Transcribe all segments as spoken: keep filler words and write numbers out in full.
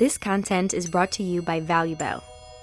This content is brought to you by ValueBell.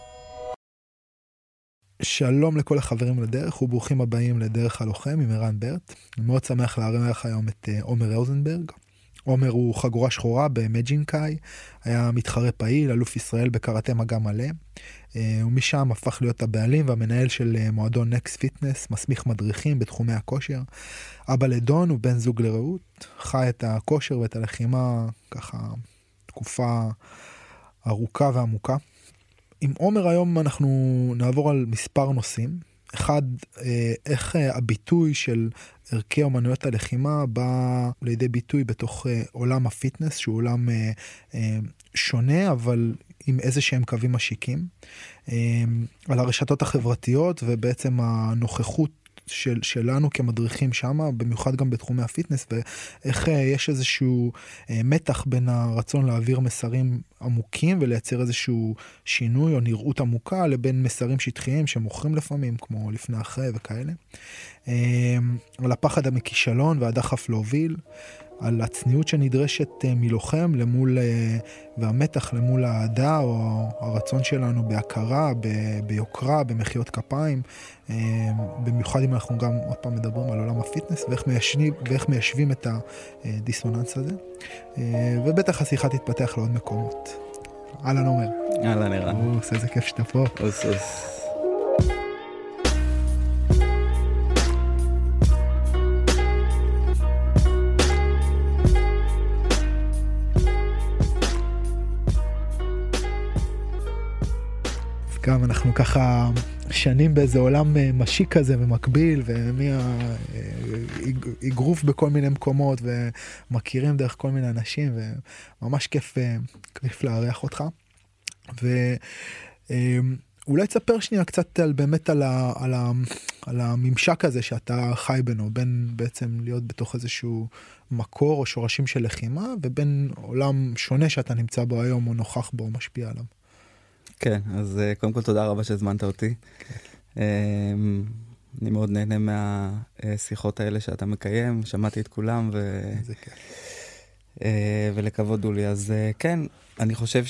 שלום לכל החברים לדרך וברוכים הבאים לדרך הלוחם עם ערן ברט. אני מאוד שמח לארח היום את עומר רוזנברג. עומר הוא חגורה שחורה במג'ינקאי, היה מתחרה פעיל, אלוף ישראל בקראטה מגע מלא, ומשם הפך להיות הבעלים והמנהל של מועדון נקס פיטנס, מסמיך מדריכים בתחומי הכושר. אבא לדון ובן זוג לרעות, חי את הכושר ואת הלחימה ככה תקופה ארוכה ועמוקה. עם עומר היום אנחנו נעבור על מספר נושאים. אחד, איך הביטוי של ערכי אומנויות הלחימה בא לידי ביטוי בתוך עולם הפיטנס, שהוא עולם שונה, אבל עם איזה שהם קווים משיקים. על הרשתות החברתיות ובעצם הנוכחות של, שלנו כמדריכים שם, במיוחד גם בתחומי הפיטנס, ואיך יש איזשהו מתח בין הרצון להעביר מסרים עמוקים ולייצר איזשהו שינוי או נראות עמוקה, לבין מסרים שטחיים שמוכרים לפעמים, כמו לפני אחרי וכאלה. על הפחד מכישלון והדחף להוביל, על הצניעות שנדרשת מלוחם למול, והמתח למול העדה או הרצון שלנו בהכרה, ביוקרה, במחיות כפיים, במיוחד אם אנחנו גם עוד פעם מדברים על עולם הפיטנס, ואיך מיישבים, ואיך מיישבים את הדיסוננס הזה. ובטח השיחה תתפתח לעוד מקומות. אהלן עומר. אהלן ערן. אוס, איזה כיף שאתה פה. אוס אוס. גם אנחנו ככה שנים באיזה עולם משיק כזה ומקביל, ומי האגרוף בכל מיני מקומות, ומכירים דרך כל מיני אנשים, וממש כיף, כיף לארח אותך. ואולי תספר שנייה קצת על, באמת על, ה, על, ה, על הממשק הזה שאתה חי בינו, בין בעצם להיות בתוך איזשהו מקור או שורשים של לחימה, ובין עולם שונה שאתה נמצא בו היום, או נוכח בו, או משפיע עליו. כן, אז קודם כל תודה רבה שהזמנת אותי. אני מאוד נהנה מהשיחות האלה שאתה מקיים, שמעתי את כולם ולכבוד הוא לי. אז כן, אני חושב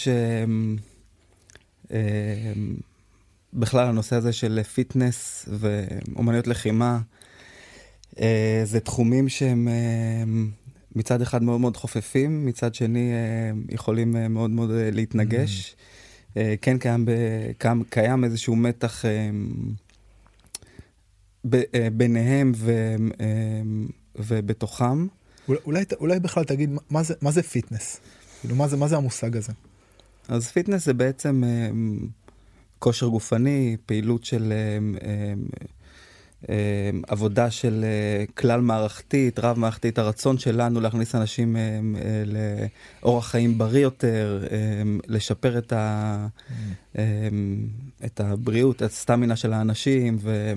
שבכלל הנושא הזה של פיטנס ואומנויות לחימה, זה תחומים שהם מצד אחד מאוד מאוד חופפים, מצד שני יכולים מאוד מאוד להתנגש. כן, קיים, קיים, קיים איזשהו מתח ביניהם ו, ובתוכם. אולי, אולי בכלל תגיד, מה זה, מה זה פיטנס? כאילו, מה זה, מה זה המושג הזה? אז פיטנס זה בעצם כושר גופני, פעילות של עבודה של כלל מערכתית, רב מערכתית, הרצון שלנו להכניס אנשים לאורח חיים בריא יותר, לשפר את ה את הבריאות, את הסטמינה של האנשים,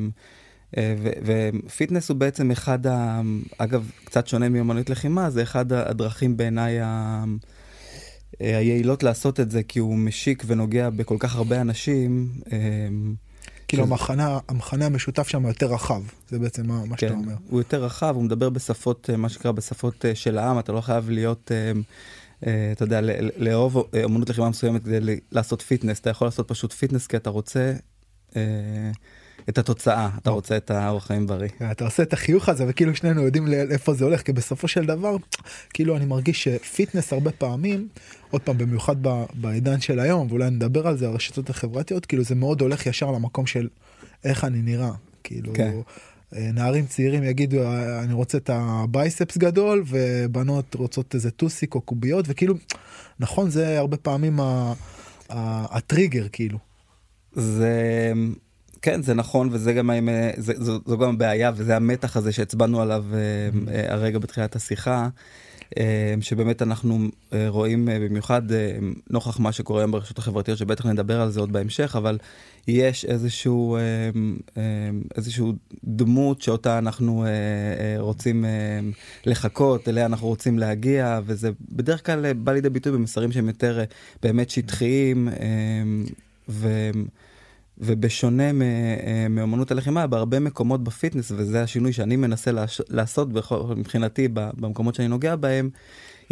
ופיטנס הוא בעצם אחד, אגב, קצת שונה מאומנויות לחימה, זה אחד הדרכים בעיניי היעילות לעשות את זה, כי הוא משיק ונוגע בכל כך הרבה אנשים. כאילו המחנה, המחנה המשותף שם יותר רחב, זה בעצם מה, מה כן, שאתה אומר. הוא יותר רחב, הוא מדבר בשפות, מה שקרה בשפות של העם, אתה לא חייב להיות, אתה יודע, לאהוב אומנות לחימה מסוימת כדי לעשות פיטנס, אתה יכול לעשות פשוט פיטנס כי אתה רוצה את התוצאה, אתה רוצה את האורח חיים בריא. אתה עושה את החיוך הזה, וכאילו שנינו יודעים לאיפה זה הולך, כי בסופו של דבר, כאילו אני מרגיש שפיטנס הרבה פעמים, עוד פעם, במיוחד בעידן של היום, ואולי נדבר על זה, הרשתות החברתיות, כאילו זה מאוד הולך ישר למקום של איך אני נראה. כאילו, נערים צעירים יגידו, אני רוצה את הבייספס גדול, ובנות רוצות איזה טוסיק או קוביות, וכאילו, נכון, זה הרבה פעמים הטריגר, כאילו. זה... כן, זה נכון, וזה גם, זה, זו, זו גם הבעיה, וזה המתח הזה שהצבענו עליו mm-hmm. הרגע בתחילת השיחה, שבאמת אנחנו רואים במיוחד נוכח מה שקורה היום ברשתות החברתיות, שבטח נדבר על זה עוד בהמשך, אבל יש איזשהו, איזשהו דמות שאותה אנחנו רוצים לחכות, אליה אנחנו רוצים להגיע, וזה בדרך כלל בא לידי ביטוי במסרים שהם יותר באמת שטחיים, ו... ובשונה מאמנות הלחימה, בהרבה מקומות בפיטנס, וזה השינוי שאני מנסה לעשות מבחינתי במקומות שאני נוגע בהם,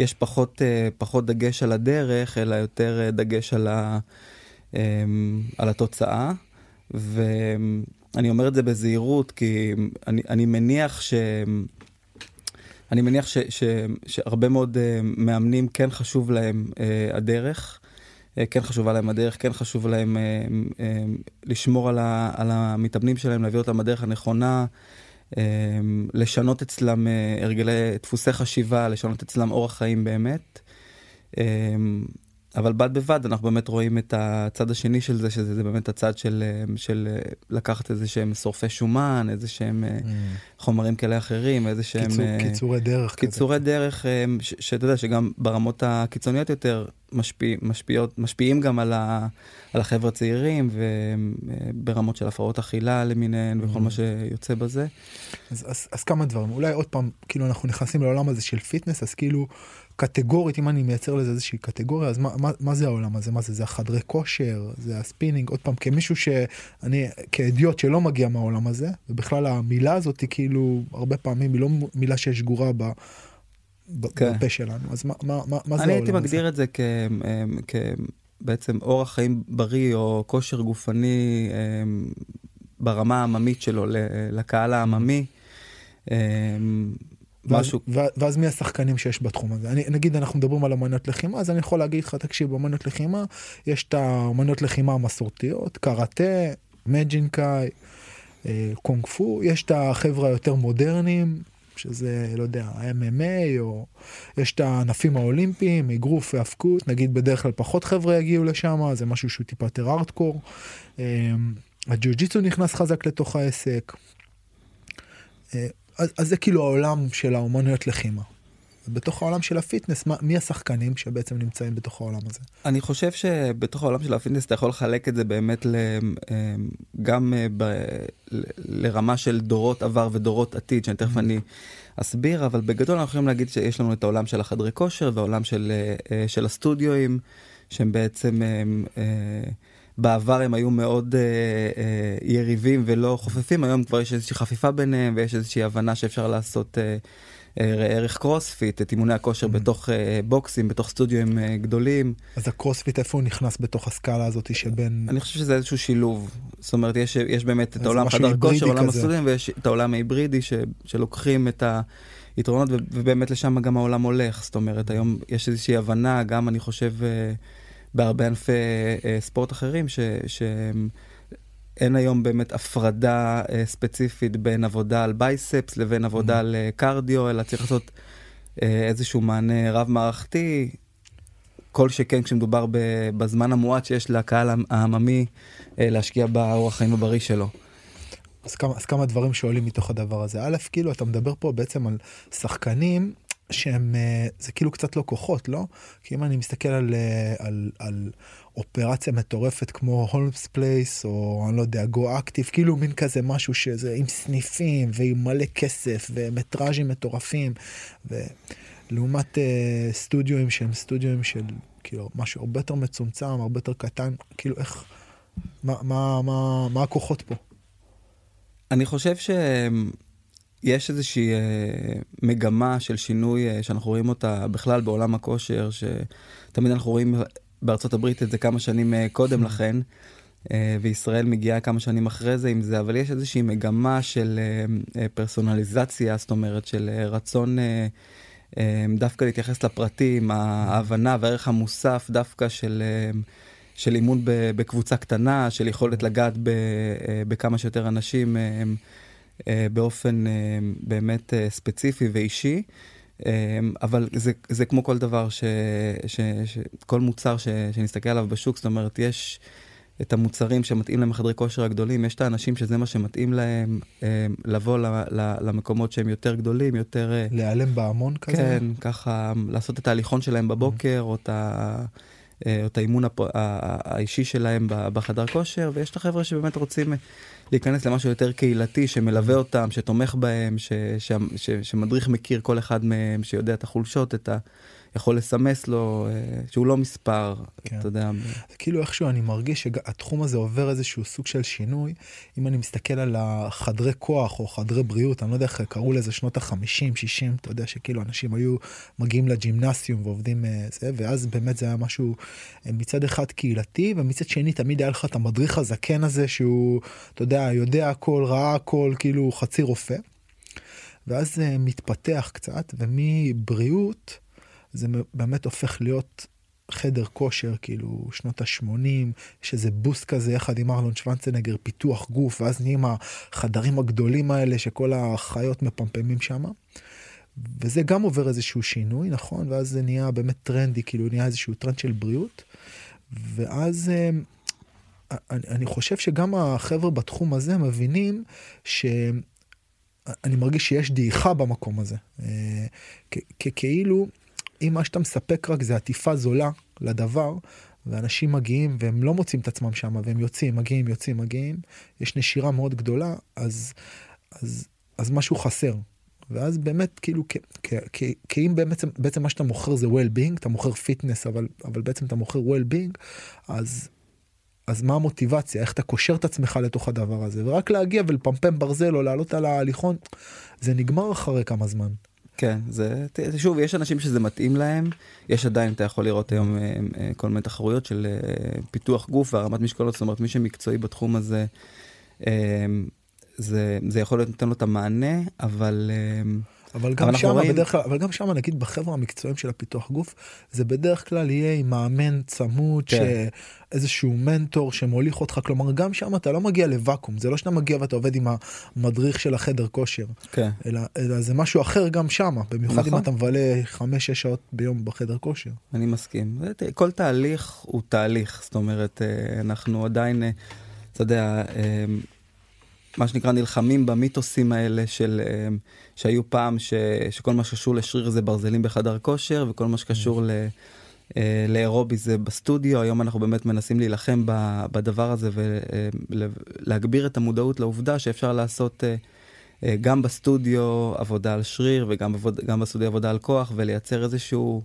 יש פחות, פחות דגש על הדרך, אלא יותר דגש על, ה, על התוצאה. ואני אומר את זה בזהירות, כי אני, אני מניח ש... אני מניח ש, ש, שהרבה מאוד מאמנים כן חשוב להם הדרך, כן חשובה להם הדרך, כן חשוב להם לשמור על, ה, על המתאמנים שלהם, להביא אותם בדרך הנכונה, לשנות אצלם הרגלי, דפוסי חשיבה, לשנות אצלם אורח חיים באמת. אבל בד בבד אנחנו באמת רואים את הצד השני של זה, שזה זה באמת הצד של, של לקחת איזה שהם שורפי שומן, איזה שהם mm. חומרים כאלה אחרים, איזה שהם... קיצור, קיצורי דרך. קיצורי כזה. דרך, ש, שאתה יודע שגם ברמות הקיצוניות יותר משפיע, משפיעות, משפיעים גם על, ה, על החבר'ה הצעירים, וברמות של הפרעות אכילה למיניהן, mm. וכל מה שיוצא בזה. אז, אז, אז כמה דברים. אולי עוד פעם, כאילו אנחנו נכנסים לעולם הזה של פיטנס, אז כאילו... קטגורית, אם אני מייצר לזה איזושהי קטגוריה, אז מה, מה, מה זה העולם הזה? מה זה? זה החדרי כושר, זה הספינינג, עוד פעם, כמישהו שאני, כאדיוט שלא מגיע מהעולם הזה, ובכלל המילה הזאת היא כאילו, הרבה פעמים היא לא מילה שיש גורה ב, ב, כן. בפה שלנו. אז מה, מה, מה, מה זה העולם הזה? אני הייתי מגדיר את זה כ, כ, בעצם אורח חיים בריא, או כושר גופני ברמה העממית שלו, לקהל העממי, משהו. ואז, ואז מי השחקנים שיש בתחום הזה? אני, נגיד אנחנו מדברים על אמנות לחימה, אז אני יכול להגיד לך, תקשיב, באמנות לחימה, יש את האמנות לחימה המסורתיות, קראטה, מג'ינקאי, קונג פו, יש את החבר'ה היותר מודרניים, שזה, לא יודע, אם אם איי, או יש את הענפים האולימפיים, אגרוף והפקות, נגיד בדרך כלל פחות חבר'ה יגיעו לשם, זה משהו שהוא טיפה יותר ארטקור. הג'יוג'יצו נכנס חזק לתוך העסק. אז, אז זה כאילו העולם של האומנויות לחימה. בתוך העולם של הפיטנס, מה, מי השחקנים שבעצם נמצאים בתוך העולם הזה? אני חושב שבתוך העולם של הפיטנס אתה יכול לחלק את זה באמת ל, גם ב, לרמה של דורות עבר ודורות עתיד, שאני תכף אני אסביר, אבל בגדול אנחנו יכולים להגיד שיש לנו את העולם של החדרי כושר, והעולם של, של הסטודיואים, שהם בעצם... בעבר הם היו מאוד אה, אה, יריבים ולא חופפים, היום כבר יש איזושהי חפיפה ביניהם, ויש איזושהי הבנה שאפשר לעשות אה, אה, ערך קרוספיט, את אימוני הכושר mm-hmm. בתוך אה, בוקסים, בתוך סטודיו אה, גדולים. אז הקרוספיט איפה הוא נכנס בתוך הסקאלה הזאת שבין... אני חושב שזה איזשהו שילוב, זאת אומרת יש, יש באמת את העולם חדר כושר, עולם הסטודיו, ויש את העולם ההיברידי ש, שלוקחים את היתרונות, ובאמת לשם גם העולם הולך, זאת אומרת היום יש איזושהי הבנה, גם אני חושב... אה, בהרבה ענפי אה, ספורט אחרים, ש, שאין היום באמת הפרדה אה, ספציפית בין עבודה על בייספס לבין עבודה mm-hmm. על אה, קרדיו, אלא צריך לעשות אה, איזשהו מענה רב-מערכתי, כל שכן כשמדובר ב, בזמן המועט שיש לקהל העממי אה, להשקיע באורח חיים הבריא שלו. אז כמה, אז כמה דברים שעולים מתוך הדבר הזה. א', כאילו אתה מדבר פה בעצם על שחקנים, שהם, זה כאילו קצת לא כוחות, לא? כי אם אני מסתכל על, על, על אופרציה מטורפת כמו הולמס פלייס, או אני לא יודע, גו אקטיב, כאילו מין כזה משהו שזה עם סניפים, ועם מלא כסף, ומטראז'ים מטורפים, ולעומת uh, סטודיואים שהם סטודיואים של, כאילו, משהו הרבה יותר מצומצם, הרבה יותר קטן, כאילו איך, מה, מה, מה, מה הכוחות פה? אני חושב ש... יש איזושהי אה, מגמה של שינוי אה, שאנחנו רואים אותה בכלל בעולם הכושר, שתמיד אנחנו רואים בארצות הברית את זה כמה שנים אה, קודם לכן, אה, וישראל מגיעה כמה שנים אחרי זה עם זה, אבל יש איזושהי מגמה של אה, אה, פרסונליזציה, זאת אומרת של אה, רצון אה, אה, דווקא להתייחס לפרטים, ההבנה והערך המוסף דווקא של... אה, של אימון בקבוצה קטנה, של יכולת לגעת ב, אה, בכמה שיותר אנשים, אה, באופן באמת ספציפי ואישי, אבל זה, זה כמו כל דבר, ש, ש, ש, כל מוצר ש, שנסתכל עליו בשוק, זאת אומרת, יש את המוצרים שמתאים להם לחדרי כושר הגדולים, יש את האנשים שזה מה שמתאים להם, לבוא למקומות שהם יותר גדולים, יותר... להיעלם בהמון כזה? כן, ככה, לעשות את ההליכון שלהם בבוקר, או את ה... או את האימון האישי שלהם בחדר כושר, ויש את החבר'ה שבאמת רוצים להיכנס למשהו יותר קהילתי, שמלווה אותם, שתומך בהם, ש, ש, ש, שמדריך מכיר כל אחד מהם, שיודע את החולשות, את, ה, יכול לסמס לו, שהוא לא מספר, כן. אתה יודע. כאילו איכשהו אני מרגיש שהתחום הזה עובר איזשהו סוג של שינוי, אם אני מסתכל על החדרי כוח או חדרי בריאות, אני לא יודע איך קראו לזה שנות ה-חמישים, שישים, אתה יודע שכאילו אנשים היו מגיעים לג'ימנסיום ועובדים זה, ואז באמת זה היה משהו מצד אחד קהילתי, ומצד שני תמיד היה לך את המדריך הזקן הזה, שהוא, אתה יודע, יודע הכל, ראה הכל, כאילו חצי רופא, ואז זה מתפתח קצת, ומבריאות זה באמת הופך להיות חדר כושר, כאילו שנות ה-שמונים, יש איזה בוסט כזה יחד עם ארלון שוונצנגר, פיתוח גוף, ואז נהיים החדרים הגדולים האלה שכל החיות מפמפמים שם, וזה גם עובר איזשהו שינוי, נכון? ואז זה נהיה באמת טרנדי, כאילו נהיה איזשהו טרנד של בריאות, ואז אני, אני חושב שגם החבר'ה בתחום הזה מבינים ש... אני מרגיש שיש דעיכה במקום הזה. כאילו, אם מה שאתה מספק רק זה עטיפה זולה לדבר, ואנשים מגיעים והם לא מוצאים את עצמם שם, והם יוצאים, מגיעים, יוצאים, מגיעים, יש נשירה מאוד גדולה, אז, אז, אז משהו חסר. ואז באמת, כאילו, כי אם בעצם, בעצם מה שאתה מוכר זה well-being, אתה מוכר פיטנס, אבל, אבל בעצם אתה מוכר well-being, אז... אז מה המוטיבציה? איך אתה קושר את עצמך לתוך הדבר הזה? ורק להגיע ולפמפם ברזל או לעלות על ההליכון, זה נגמר אחרי כמה זמן. כן, זה, שוב, יש אנשים שזה מתאים להם, יש עדיין, אתה יכול לראות היום כל מיני תחרויות של פיתוח גוף והרמת משקולות, זאת אומרת, מי שמקצועי בתחום הזה, זה, זה יכול להיות נותן לו את המענה, אבל... אבל גם שם, רואים... בדרך כלל, אבל גם שם, נגיד, בחברה המקצועיים של הפיתוח גוף, זה בדרך כלל יהיה עם מאמן צמוד, כן. שאיזשהו מנטור שמוליך אותך, כלומר, גם שם אתה לא מגיע לוואקום, זה לא שאתה מגיע ואתה עובד עם המדריך של החדר כושר, כן. אלא, אלא זה משהו אחר גם שם, במיוחד נכון. אם אתה מבלה חמש, שש שעות ביום בחדר כושר. אני מסכים. כל תהליך הוא תהליך, זאת אומרת, אנחנו עדיין, אתה יודע, מה שנקרא נלחמים במיתוסים האלה של, שהיו פעם ש, שכל מה שקשור לשריר זה ברזלים בחדר כושר, וכל מה שקשור ל, לאירובי זה בסטודיו. היום אנחנו באמת מנסים להילחם בדבר הזה ולהגביר את המודעות לעובדה שאפשר לעשות גם בסטודיו עבודה על שריר וגם גם בסטודיו עבודה על כוח, ולייצר איזשהו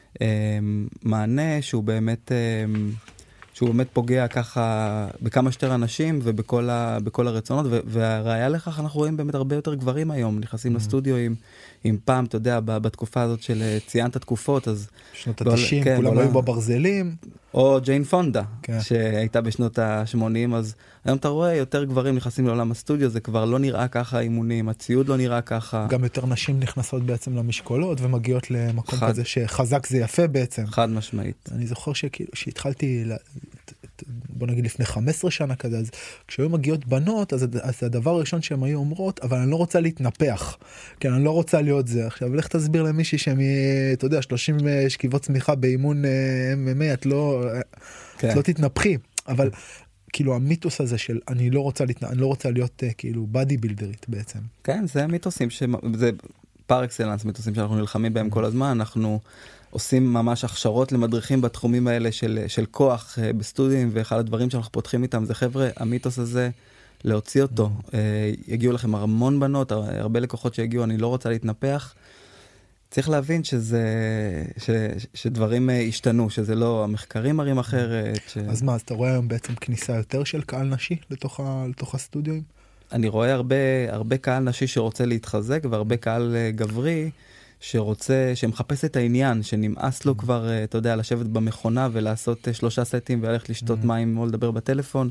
מענה שהוא באמת... שהוא באמת פוגע ככה בכמה שתר אנשים ובכל ה, בכל הרצונות, והראיה לכך אנחנו רואים באמת הרבה יותר גברים היום, נכנסים לסטודיו עם, עם פעם, אתה יודע, בתקופה הזאת של ציינת התקופות, אז... שנות ה-תשעים, כן, כולם היו בברזלים. או ג'יין פונדה, כן. שהייתה בשנות ה-שמונים, אז היום אתה רואה יותר גברים נכנסים לעולם הסטודיו, זה כבר לא נראה ככה אימונים, הציוד לא נראה ככה. גם יותר נשים נכנסות בעצם למשקולות, ומגיעות למקום חד... כזה שחזק זה יפה בעצם. חד משמעית. אני זוכר שכאילו, שהתחלתי, בוא נגיד לפני חמש עשרה שנה כזה, אז כשהיו מגיעות בנות, אז, אז הדבר הראשון שהן היו אומרות, אבל אני לא רוצה להתנפח, כן, אני לא רוצה להיות זה. עכשיו, לך תסביר למישהי שהם, אתה יודע, שלושים שכיבות צמיחה באימון אם אם איי, את לא, כן. את לא תתנפחי, אבל כאילו המיתוס הזה של אני לא רוצה, להתנ... אני לא רוצה להיות כאילו בדי בילדרית בעצם. כן, זה המיתוסים, ש... זה פר אקסלנס, מיתוסים שאנחנו נלחמים בהם כל הזמן, אנחנו עושים ממש הכשרות למדריכים בתחומים האלה של, של כוח בסטודיו, ואחד הדברים שאנחנו פותחים איתם זה חבר'ה, המיתוס הזה, להוציא אותו. יגיעו לכם המון בנות, הרבה לקוחות שהגיעו, אני לא רוצה להתנפח. צריך להבין שזה, ש, שדברים השתנו, שזה לא, המחקרים מראים אחרת. ש... אז מה, אז אתה רואה היום בעצם כניסה יותר של קהל נשי לתוך, ה, לתוך הסטודיו? אני רואה הרבה, הרבה קהל נשי שרוצה להתחזק, והרבה קהל גברי שרוצה, שמחפש את העניין, שנמאס לו כבר, אתה יודע, לשבת במכונה ולעשות שלושה סטים וללכת לשתות מים או לדבר בטלפון.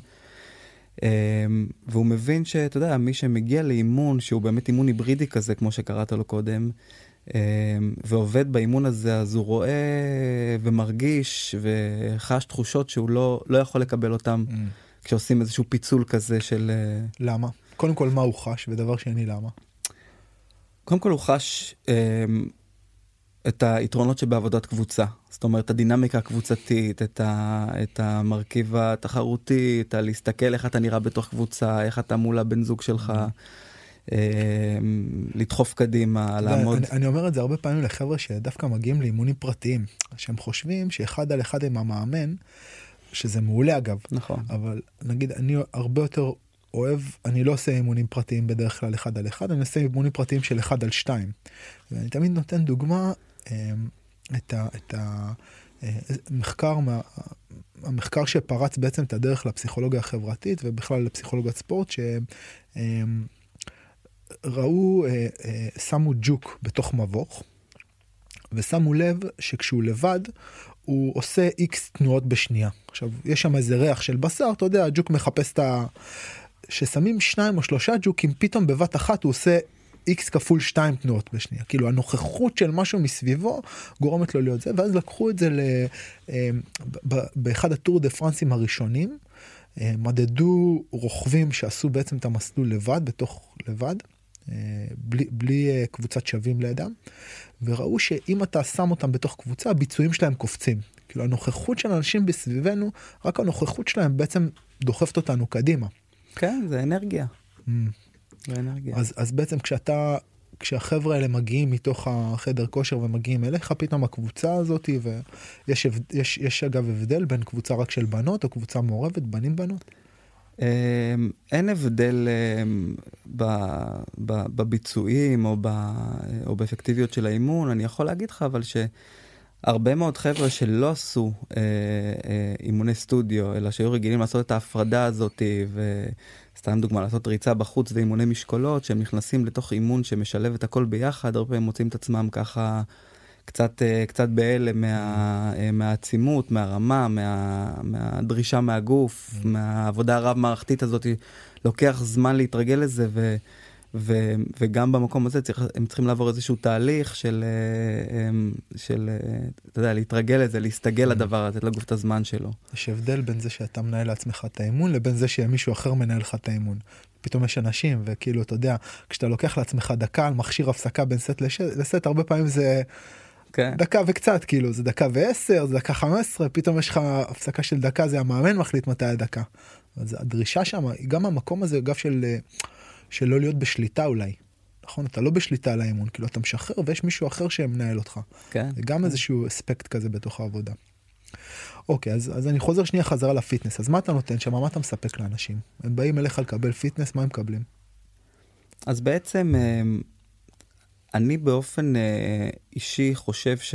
והוא מבין שאתה יודע, מי שמגיע לאימון, שהוא באמת אימון היברידי כזה, כמו שקראת לו קודם, ועובד באימון הזה, אז הוא רואה ומרגיש וחש תחושות שהוא לא, לא יכול לקבל אותם כשעושים איזשהו פיצול כזה של... למה? קודם כל, מה הוא חש? ודבר שני, למה? קודם כל, הוא חש את היתרונות שבעבודת קבוצה. זאת אומרת, הדינמיקה הקבוצתית, את, ה, את המרכיב התחרותי, את להסתכל איך אתה נראה בתוך קבוצה, איך אתה מול הבן זוג שלך, לדחוף קדימה, לעמוד. אני, אני אומר את זה הרבה פעמים לחבר'ה שדווקא מגיעים לאימונים פרטיים, שהם חושבים שאחד על אחד עם המאמן, שזה מעולה אגב. נכון. אבל נגיד, אני הרבה יותר אוהב, אני לא עושה אימונים פרטיים בדרך כלל אחד על אחד, אני עושה אימונים פרטיים של אחד על שתיים. ואני תמיד נותן דוגמה, את ה... את ה מחקר, מה, המחקר שפרץ בעצם את הדרך לפסיכולוגיה החברתית ובכלל לפסיכולוגיית ספורט, שראו, שמו ג'וק בתוך מבוך, ושמו לב שכשהוא לבד, הוא עושה איקס תנועות בשנייה. עכשיו, יש שם איזה ריח של בשר, אתה יודע, הג'וק מחפש את ה... ששמים שניים או שלושה ג'וקים, פתאום בבת אחת הוא עושה X כפול שתיים תנועות בשנייה. כאילו הנוכחות של משהו מסביבו גורמת לו להיות זה, ואז לקחו את זה ל... באחד הטור דה פרנסים הראשונים, מדדו רוכבים שעשו בעצם את המסלול לבד, בתוך לבד, בלי, בלי קבוצת שווים לידם, וראו שאם אתה שם אותם בתוך קבוצה, הביצועים שלהם קופצים. כאילו הנוכחות של אנשים בסביבנו, רק הנוכחות שלהם בעצם דוחפת אותנו קדימה. כן, זה אנרגיה. Mm. אז, אז בעצם כשאתה, כשהחבר'ה האלה מגיעים מתוך החדר כושר ומגיעים אליך, פתאום הקבוצה הזאת, ויש יש, יש אגב הבדל בין קבוצה רק של בנות או קבוצה מעורבת, בנים בנות? אין הבדל בביצועים או, או באפקטיביות של האימון. אני יכול להגיד לך אבל שהרבה מאוד חבר'ה שלא עשו אימוני סטודיו, אלא שהיו רגילים לעשות את ההפרדה הזאת ו... סתם דוגמה, לעשות ריצה בחוץ ואימוני משקולות, שהם נכנסים לתוך אימון שמשלב את הכל ביחד, הרבה פעמים מוצאים את עצמם ככה קצת, קצת בהלם מה, מהעצימות, מהרמה, מה, מהדרישה מהגוף, מהעבודה הרב-מערכתית הזאת, לוקח זמן להתרגל לזה, ו, ו, וגם במקום הזה צריך, הם צריכים לעבור איזשהו תהליך של, של, אתה יודע, להתרגל לזה, להסתגל לדבר הזה, לגוף את הזמן שלו. יש הבדל בין זה שאתה מנהל לעצמך את האימון, לבין זה שמישהו אחר מנהל לך את האימון. פתאום יש אנשים, וכאילו, אתה יודע, כשאתה לוקח לעצמך דקה על מכשיר הפסקה בין סט לסט, הרבה פעמים זה okay. דקה וקצת, כאילו, זה דקה ועשר, זה דקה חמש עשרה, פתאום יש לך הפסקה של דקה, זה המאמן מחליט מתי הדקה. אז הדרישה שם, גם המקום הזה, אגב של... שלא להיות בשליטה אולי. נכון? אתה לא בשליטה על האימון, כאילו אתה משחרר ויש מישהו אחר שמנהל אותך. כן. זה גם איזשהו אספקט כזה בתוך העבודה. אוקיי, אז, אז אני חוזר שנייה חזרה לפיטנס. אז מה אתה נותן שם? מה אתה מספק לאנשים? הם באים אליך לקבל פיטנס, מה הם מקבלים? אז בעצם, אני באופן אישי חושב ש...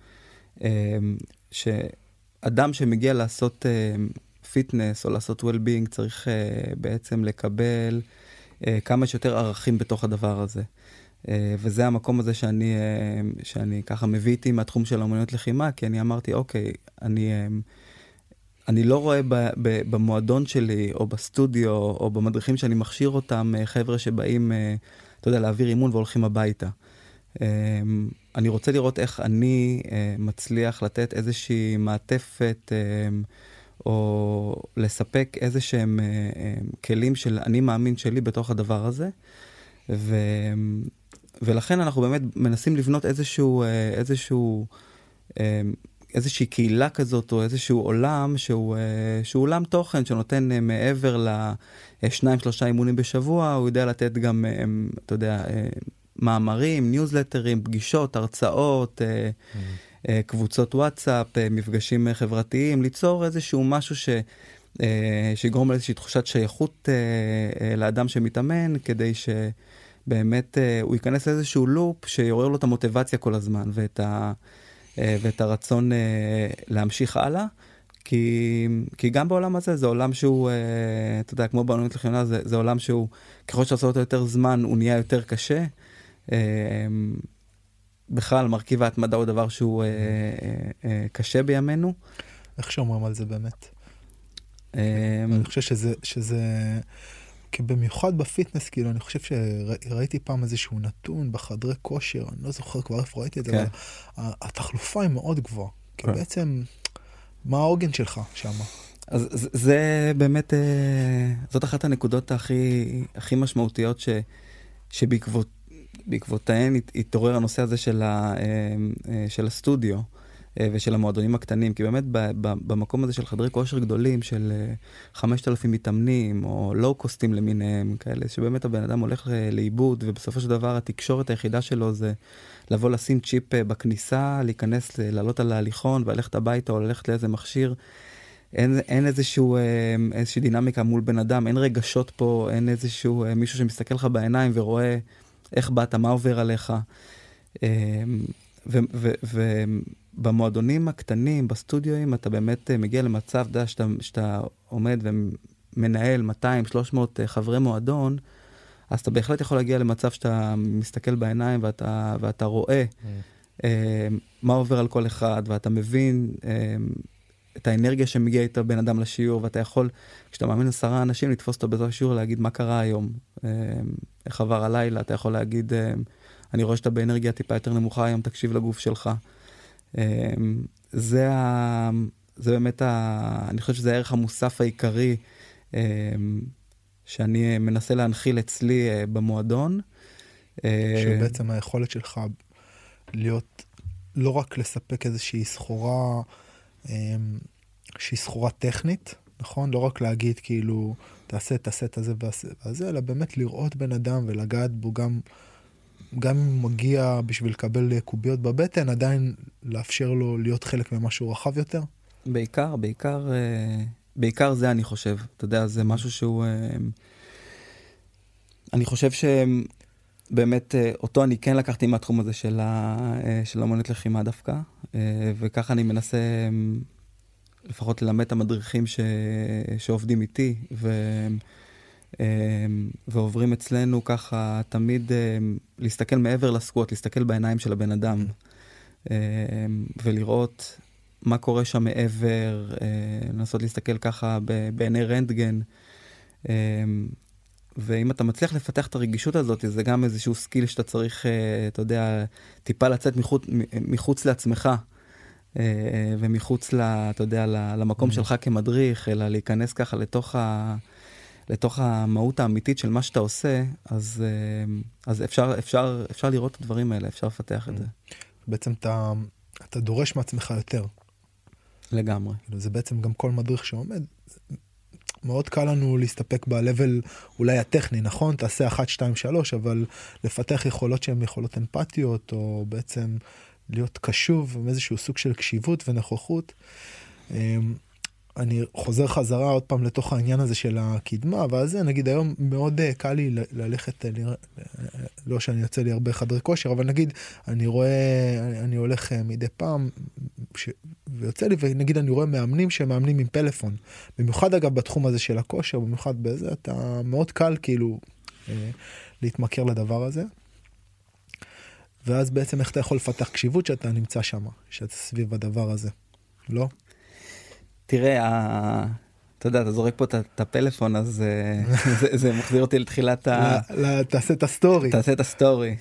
שאדם שמגיע לעשות פיטנס או לעשות well-being צריך בעצם לקבל כמה שיותר ערכים בתוך הדבר הזה. וזה המקום הזה שאני, שאני ככה מביא איתי מהתחום של אמנויות לחימה, כי אני אמרתי, אוקיי, אני, אני לא רואה ב, ב, במועדון שלי, או בסטודיו, או במדריכים שאני מכשיר אותם, חבר'ה שבאים, אתה יודע, להעביר אימון והולכים הביתה. אני רוצה לראות איך אני מצליח לתת איזושהי מעטפת, או לספק איזה שהם כלים של אני מאמין שלי בתוך הדבר הזה, ו, ולכן אנחנו באמת מנסים לבנות איזשהו, איזשהו, איזושהי קהילה כזאת, או איזשהו עולם שהוא, שהוא עולם תוכן שנותן מעבר לשניים, שלושה אימונים בשבוע, הוא יודע לתת גם, אתה יודע, מאמרים, ניוזלטרים, פגישות, הרצאות, mm-hmm. קבוצות וואטסאפ, מפגשים חברתיים, ליצור איזשהו משהו ש, שיגרום לאיזושהי תחושת שייכות לאדם שמתאמן, כדי שבאמת הוא ייכנס לאיזשהו לופ שיעורר לו את המוטיבציה כל הזמן, ואת, ה, ואת הרצון להמשיך הלאה, כי, כי גם בעולם הזה זה עולם שהוא, אתה יודע, כמו באמנויות לחימה, זה, זה עולם שהוא, ככל שעושה אותו יותר זמן, הוא נהיה יותר קשה. בכלל, מרכיב ההתמדה הוא דבר שהוא קשה בימינו. איך שאומרים על זה באמת? אני חושב שזה, שזה, במיוחד בפיטנס, כאילו, אני חושב שראיתי פעם איזשהו נתון בחדרי כושר, אני לא זוכר כבר איפה ראיתי את זה, אבל התחלופה היא מאוד גבוהה. כי בעצם, מה העוגן שלך שם? אז זה באמת, זאת אחת הנקודות הכי, הכי משמעותיות ש, שבעקבות, בעקבותיהן התעורר הנושא הזה של, ה, של הסטודיו ושל המועדונים הקטנים, כי באמת במקום הזה של חדרי כושר גדולים של חמשת אלפים מתאמנים או לואו-קוסטים למיניהם כאלה, שבאמת הבן אדם הולך לאיבוד, ובסופו של דבר התקשורת היחידה שלו זה לבוא לשים צ'יפ בכניסה, להיכנס, לעלות על ההליכון וללכת הביתה או ללכת לאיזה מכשיר. אין, אין איזשהו, איזושהי דינמיקה מול בן אדם, אין רגשות פה, אין איזשהו מישהו שמסתכל לך בעיניים ורואה איך באת, מה עובר עליך. ו, ו, ו, במועדונים הקטנים, בסטודיואים, אתה באמת מגיע למצב, אתה יודע, שאתה, שאתה עומד ומנהל מאתיים שלוש מאות חברי מועדון, אז אתה בהחלט יכול להגיע למצב שאתה מסתכל בעיניים ואתה, ואתה רואה mm. אה, מה עובר על כל אחד, ואתה מבין אה, את האנרגיה שמגיע איתה בן אדם לשיעור, ואתה יכול, כשאתה מאמין עשרה אנשים, לתפוס אותו באותו שיעור, להגיד מה קרה היום, אה, איך עבר הלילה, אתה יכול להגיד, אה, אני רואה שאתה באנרגיה טיפה יותר נמוכה היום, תקשיב לגוף שלך. אה, זה, ה, זה באמת, ה, אני חושב שזה הערך המוסף העיקרי, אה, שאני מנסה להנחיל אצלי uh, במועדון. שבעצם היכולת שלך להיות, לא רק לספק איזושהי סחורה, שהיא סחורה טכנית, נכון? לא רק להגיד כאילו, תעשה את הסט הזה והזה, אלא באמת לראות בן אדם ולגעת בו גם, גם אם מגיע בשביל לקבל קוביות בבטן, עדיין לאפשר לו להיות חלק ממשהו רחב יותר. בעיקר, בעיקר... Uh... בעיקר זה אני חושב, אתה יודע, זה משהו שהוא, אני חושב שבאמת אותו אני כן לקחתי מהתחום הזה של האמנות לחימה דווקא, וככה אני מנסה לפחות ללמד את המדריכים ש, שעובדים איתי, ו, ועוברים אצלנו ככה תמיד להסתכל מעבר לסקוט, להסתכל בעיניים של הבן אדם, ולראות מה קורה שם מעבר, לנסות להסתכל ככה בעיני רנטגן, ואם אתה מצליח לפתח את הרגישות הזאת, זה גם איזשהו סקיל שאתה צריך, אתה יודע, טיפה לצאת מחוץ, מחוץ לעצמך, ומחוץ, אתה יודע, למקום שלך כמדריך, אלא להיכנס ככה לתוך, ה, לתוך המהות האמיתית של מה שאתה עושה, אז, אז אפשר, אפשר, אפשר לראות את הדברים האלה, אפשר לפתח את זה. בעצם אתה, אתה דורש מעצמך יותר. לגמרי. זה בעצם גם כל מדריך שעומד. מאוד קל לנו להסתפק ב-level אולי הטכני, נכון? תעשה אחת, שתיים, שלוש, אבל לפתח יכולות שהן יכולות אמפתיות, או בעצם להיות קשוב, עם איזשהו סוג של קשיבות ונוכחות. אני חוזר חזרה עוד פעם לתוך העניין הזה של הקדמה, ואז זה, נגיד, היום מאוד קל לי ללכת, לא שאני יוצא לי הרבה חדרי כושר, אבל נגיד, אני רואה, אני הולך מדי פעם, ש... ויוצא לי, ונגיד, אני רואה מאמנים שמאמנים עם פלאפון. במיוחד, אגב, בתחום הזה של הכושר, במיוחד בזה, אתה מאוד קל, כאילו, להתמכר לדבר הזה. ואז בעצם איך אתה יכול לפתח קשיבות שאתה נמצא שם, שאתה סביב הדבר הזה, לא? תראה, אתה יודע, אתה זורק פה את הפלאפון, אז זה מחזיר אותי לתחילת ה... תעשה את הסטורי. תעשה את הסטורי.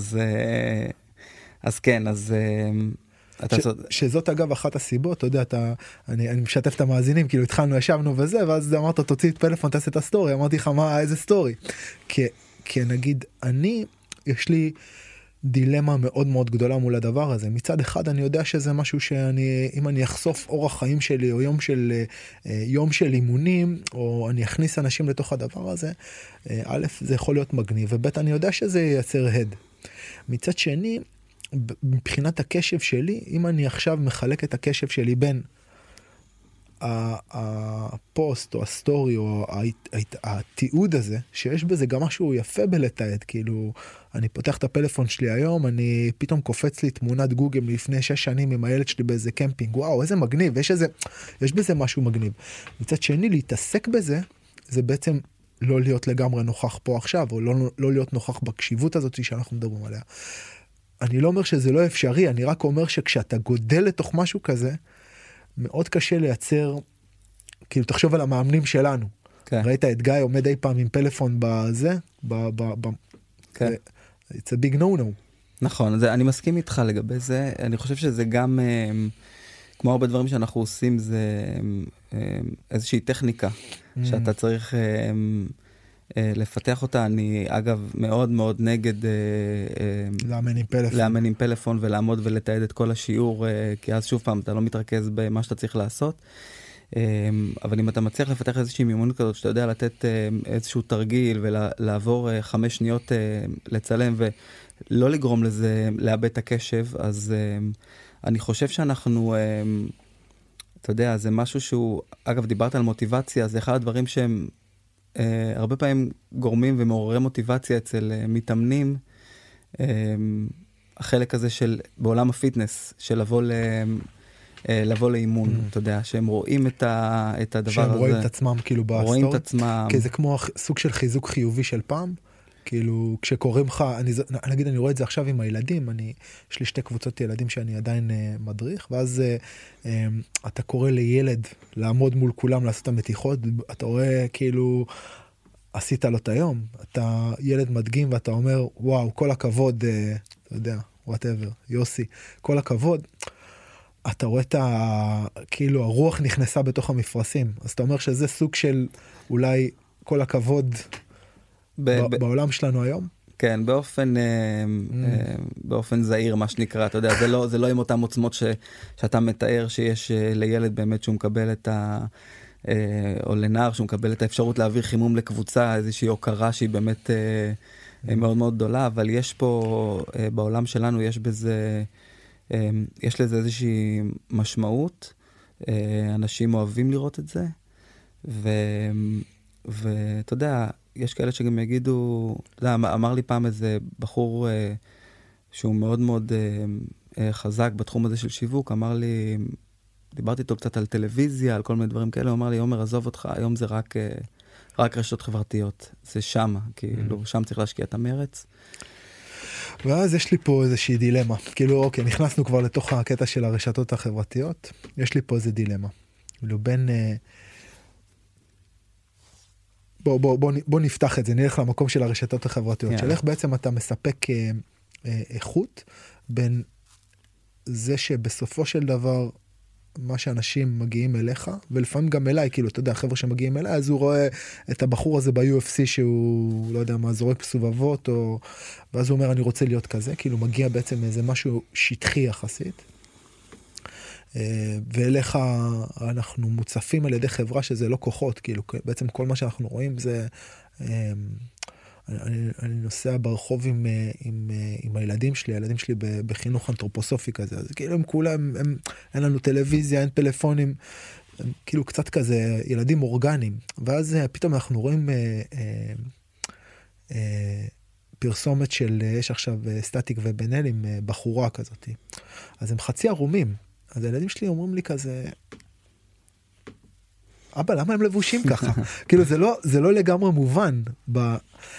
אז כן, אז... שזאת אגב אחת הסיבות, אתה יודע, אני משתף את המאזינים, כאילו התחלנו, ישבנו וזה, ואז אמרת, תוציא את פלאפון, תעשה את הסטורי. אמרתי לך, מה, איזה סטורי? כי נגיד, אני, יש לי... דילמה מאוד מאוד גדולה מול הדבר הזה. מצד אחד אני יודע שזה משהו שאני, אם אני אחשוף אורח חיים שלי, או יום של, יום של אימונים, או אני אכניס אנשים לתוך הדבר הזה, א', זה יכול להיות מגניב, וב', אני יודע שזה ייצר הד. מצד שני, מבחינת הקשב שלי, אם אני עכשיו מחלק את הקשב שלי בין הפוסט או הסטורי או התיעוד הזה, שיש בזה גם משהו יפה בלתעד, כאילו אני פותח את הפלאפון שלי היום, אני פתאום קופץ לי תמונת גוגל מלפני שש שנים עם הילד שלי באיזה קמפינג, וואו, איזה מגניב, יש איזה, יש בזה משהו מגניב. מצד שני, להתעסק בזה, זה בעצם לא להיות לגמרי נוכח פה עכשיו, או לא, לא להיות נוכח בקשיבות הזאת שאנחנו מדברים עליה. אני לא אומר שזה לא אפשרי, אני רק אומר שכשאתה גודל לתוך משהו כזה, מאוד קשה לייצר, כאילו תחשוב על המאמנים שלנו. כן. ראית את גיא עומד אי פעם עם פלאפון בזה, ב... ב, ב כן. It's a big no-no. נכון, זה, אני מסכים איתך לגבי זה. אני חושב שזה גם, כמו הרבה דברים שאנחנו עושים, זה איזושהי טכניקה, mm. שאתה צריך לפתח אותה. אני, אגב, מאוד מאוד נגד לאמן עם פלאפון. לאמן עם פלאפון ולעמוד ולתעד את כל השיעור, כי אז שוב פעם, אתה לא מתרכז במה שאתה צריך לעשות. אבל אם אתה מצליח לפתח איזושהי מיומנות כזאת, שאתה יודע לתת איזשהו תרגיל ולעבור חמש שניות לצלם ולא לגרום לזה לאבד את הקשב, אז אני חושב שאנחנו, אתה יודע, זה משהו שהוא, אגב, דיברת על מוטיבציה, זה אחד הדברים שהם הרבה פעמים גורמים ומעוררי מוטיבציה אצל מתאמנים, החלק הזה של, בעולם הפיטנס, של לבוא ל... לבוא לאימון, mm. אתה יודע, שהם רואים את, ה, את הדבר שהם הזה. שהם רואים את עצמם כאילו בסטורי. רואים את עצמם. כי זה כמו סוג של חיזוק חיובי של פעם. כאילו, כשקוראים לך, אני, נגיד, אני רואה את זה עכשיו עם הילדים, אני, יש לי שתי קבוצות ילדים שאני עדיין uh, מדריך, ואז uh, um, אתה קורא לילד לעמוד מול כולם, לעשות את המתיחות, אתה רואה כאילו, עשית לו את היום, אתה ילד מדגים ואתה אומר, וואו, כל הכבוד, uh, אתה יודע, whatever, יוסי, כל הכבוד, אתה רואה את ה... כאילו הרוח נכנסה בתוך המפרשים, אז אתה אומר שזה סוג של אולי כל הכבוד ב- ב- בעולם שלנו היום? כן, באופן, mm. באופן זהיר, מה שנקרא, אתה יודע, זה לא, זה לא עם אותם עוצמות ש, שאתה מתאר שיש לילד באמת שהוא מקבל את ה... או לנער שהוא מקבל את האפשרות להעביר חימום לקבוצה, איזושהי הוקרה שהיא באמת mm. מאוד מאוד גדולה, אבל יש פה, בעולם שלנו יש בזה... יש לזה איזושהי משמעות, אנשים אוהבים לראות את זה, ו, ואתה יודע, יש כאלה שגם יגידו, אתה יודע, אמר לי פעם איזה בחור שהוא מאוד מאוד חזק בתחום הזה של שיווק, אמר לי, דיברתי איתו קצת על טלוויזיה, על כל מיני דברים כאלה, הוא אמר לי, עומר, עזוב אותך, היום זה רק, רק רשתות חברתיות, זה שם, כאילו, שם צריך להשקיע את המרץ. ואז יש לי פה איזושהי דילמה, כאילו אוקיי, נכנסנו כבר לתוך הקטע של הרשתות החברתיות, יש לי פה איזה דילמה, כאילו בין, בוא, בוא, בוא, בוא נפתח את זה, נלך למקום של הרשתות החברתיות, yeah. של איך בעצם אתה מספק אה, אה, איכות, בין זה שבסופו של דבר, מה שאנשים מגיעים אליך, ולפעמים גם אליי, כאילו, אתה יודע, חבר'ה שמגיעים אליי, אז הוא רואה את הבחור הזה ב-יו אף סי שהוא, לא יודע מה, זורק סובבות, או... ואז הוא אומר, אני רוצה להיות כזה, כאילו, מגיע בעצם איזה משהו שטחי יחסית. ואליך אנחנו מוצפים על ידי חברה שזה לא כוחות, כאילו, בעצם כל מה שאנחנו רואים זה... אני, אני נוסע ברחוב עם, עם, עם הילדים שלי, הילדים שלי בחינוך אנתרופוסופי כזה, אז כאילו הם כולם, הם, אין לנו טלוויזיה, אין פלאפונים, הם כאילו קצת כזה ילדים אורגניים, ואז פתאום אנחנו רואים אה, אה, אה, פרסומת של, יש עכשיו סטטיק ובן-אל עם בחורה כזאת, אז הם חצי ערומים, אז הילדים שלי אומרים לי כזה, אבא, למה הם לבושים ככה? כאילו, זה לא, זה לא לגמרי מובן. ב,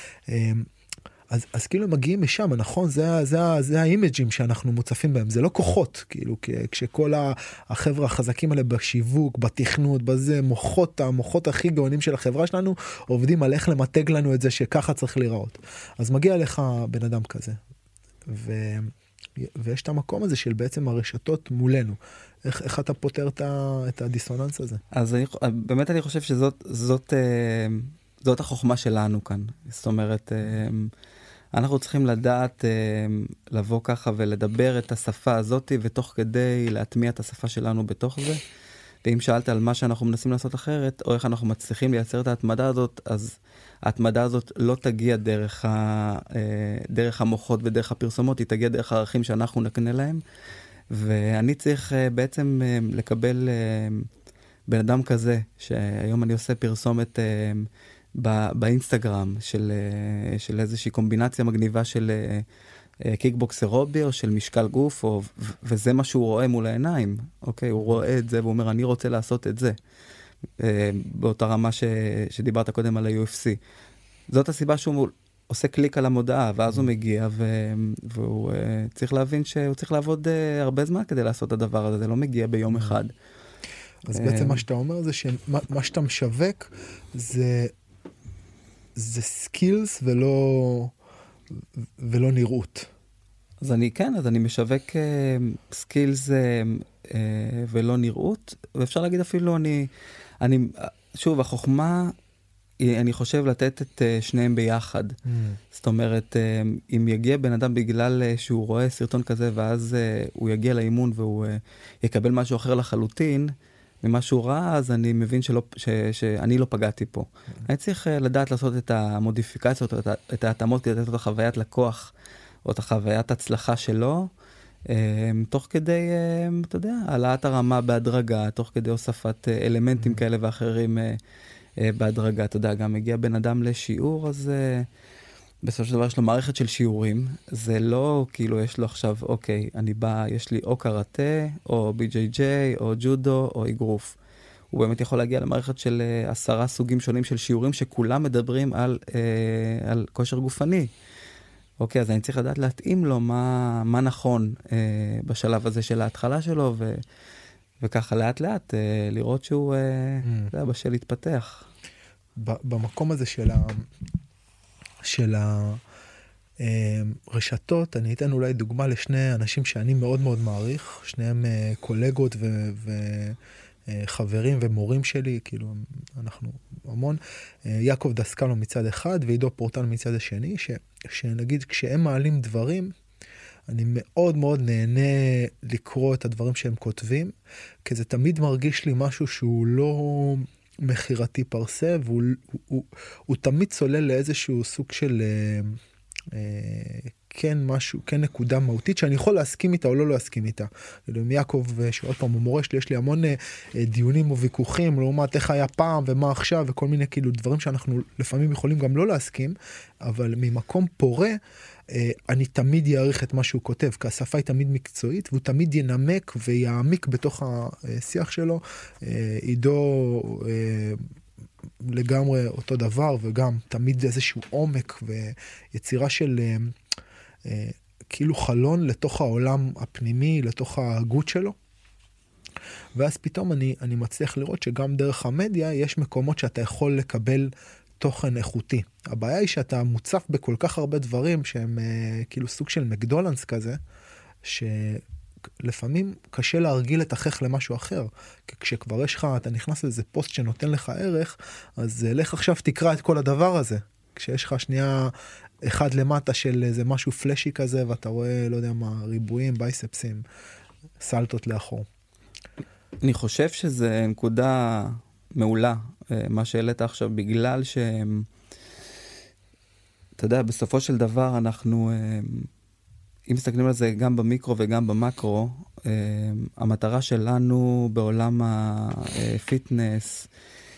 אז, אז כאילו הם מגיעים משם, נכון? זה, זה, זה האימג'ים שאנחנו מוצפים בהם. זה לא כוחות, כאילו, כשכל החבר'ה החזקים האלה בשיווק, בתכנות, בזה, מוחות, המוחות הכי גאונים של החברה שלנו, עובדים על איך למתג לנו את זה שככה צריך לראות. אז מגיע לך בן אדם כזה. ו... ויש את המקום הזה של בעצם הרשתות מולנו. איך, איך אתה פותר את, ה, את הדיסוננס הזה? אז אני, באמת אני חושב שזאת זאת, זאת החוכמה שלנו כאן. זאת אומרת, אנחנו צריכים לדעת לבוא ככה ולדבר את השפה הזאת, ותוך כדי להטמיע את השפה שלנו בתוך זה. ואם שאלת על מה שאנחנו מנסים לעשות אחרת, או איך אנחנו מצליחים לייצר את ההתמדה הזאת, אז ההתמדה הזאת לא תגיע דרך, ה, דרך המוחות ודרך הפרסומות, היא תגיע דרך הערכים שאנחנו נקנה להם. ואני צריך בעצם לקבל בן אדם כזה, שהיום אני עושה פרסומת באינסטגרם של, של איזושהי קומבינציה מגניבה של קיקבוקס אירובי או של משקל גוף, או, וזה מה שהוא רואה מול העיניים. אוקיי, הוא רואה את זה והוא אומר, אני רוצה לעשות את זה. באותה רמה ש, שדיברת קודם על ה-יו אף סי. זאת הסיבה שהוא עושה קליק על המודעה, ואז הוא מגיע, ו... והוא uh, צריך להבין שהוא צריך לעבוד uh, הרבה זמן כדי לעשות את הדבר הזה, זה לא מגיע ביום אחד. אז בעצם מה שאתה אומר זה שמה מה שאתה משווק זה, זה סקילס ולא, ולא נראות. אז אני, כן, אז אני משווק uh, סקילס uh, uh, ולא נראות, ואפשר להגיד אפילו, אני, אני, שוב, החוכמה, אני חושב לתת את שניהם ביחד. Mm. זאת אומרת, אם יגיע בן אדם בגלל שהוא רואה סרטון כזה, ואז הוא יגיע לאימון והוא יקבל משהו אחר לחלוטין, ממה שהוא ראה, אז אני מבין שלא, ש, שאני לא פגעתי פה. Mm. אני צריך לדעת לעשות את המודיפיקציות, את, את ההתאמות, כדי לתת את החוויית לקוח, או את החוויית הצלחה שלו, תוך כדי, אתה יודע, העלאת הרמה בהדרגה, תוך כדי הוספת אלמנטים mm. כאלה ואחרים, בהדרגה, אתה יודע, גם מגיע בן אדם לשיעור, אז בסופו של דבר יש לו מערכת של שיעורים, זה לא כאילו יש לו עכשיו, אוקיי, אני בא, יש לי או קראטה, או בי ג'יי ג'יי, או ג'ודו, או אגרוף. הוא באמת יכול להגיע למערכת של uh, עשרה סוגים שונים של שיעורים, שכולם מדברים על, uh, על כושר גופני. אוקיי, אז אני צריך לדעת להתאים לו מה, מה נכון uh, בשלב הזה של ההתחלה שלו, ו, וככה לאט לאט uh, לראות שהוא uh, mm. בשל להתפתח. במקום הזה של ה... של הרשתות, אני אתן אולי דוגמה לשני אנשים שאני מאוד מאוד מעריך, שניהם קולגות וחברים ומורים שלי, כאילו אנחנו המון, יעקב דסקלו מצד אחד ועידו פורטל מצד השני, ש, שנגיד כשהם מעלים דברים, אני מאוד מאוד נהנה לקרוא את הדברים שהם כותבים, כי זה תמיד מרגיש לי משהו שהוא לא... מחירתי פרסה, והוא הוא, הוא, הוא תמיד צולל לאיזשהו סוג של אה, אה, כן משהו, כן נקודה מהותית, שאני יכול להסכים איתה או לא להסכים איתה. עם יעקב, שעוד פעם הוא מורה שלי, יש לי המון אה, דיונים וויכוחים, לעומת איך היה פעם ומה עכשיו, וכל מיני כאילו דברים שאנחנו לפעמים יכולים גם לא להסכים, אבל ממקום פורה, אני תמיד יעריך את מה שהוא כותב, כי השפה היא תמיד מקצועית, והוא תמיד ינמק ויעמיק בתוך השיח שלו. עידו לגמרי אותו דבר, וגם תמיד איזשהו עומק ויצירה של כאילו חלון לתוך העולם הפנימי, לתוך ההגות שלו. ואז פתאום אני, אני מצליח לראות שגם דרך המדיה יש מקומות שאתה יכול לקבל תוכן איכותי. הבעיה היא שאתה מוצף בכל כך הרבה דברים שהם אה, כאילו סוג של מקדולנס כזה, שלפעמים קשה להרגיל את החך למשהו אחר. כי כשכבר יש לך, אתה נכנס לאיזה פוסט שנותן לך ערך, אז לך עכשיו תקרא את כל הדבר הזה. כשיש לך שנייה אחד למטה של איזה משהו פלשי כזה, ואתה רואה, לא יודע מה, ריבועים, בייספסים, סלטות לאחור. אני חושב שזה נקודה מעולה, מה שהעלית עכשיו, בגלל ש... אתה יודע, בסופו של דבר אנחנו, אם מסתכלים על זה גם במיקרו וגם במקרו, המטרה שלנו בעולם הפיטנס,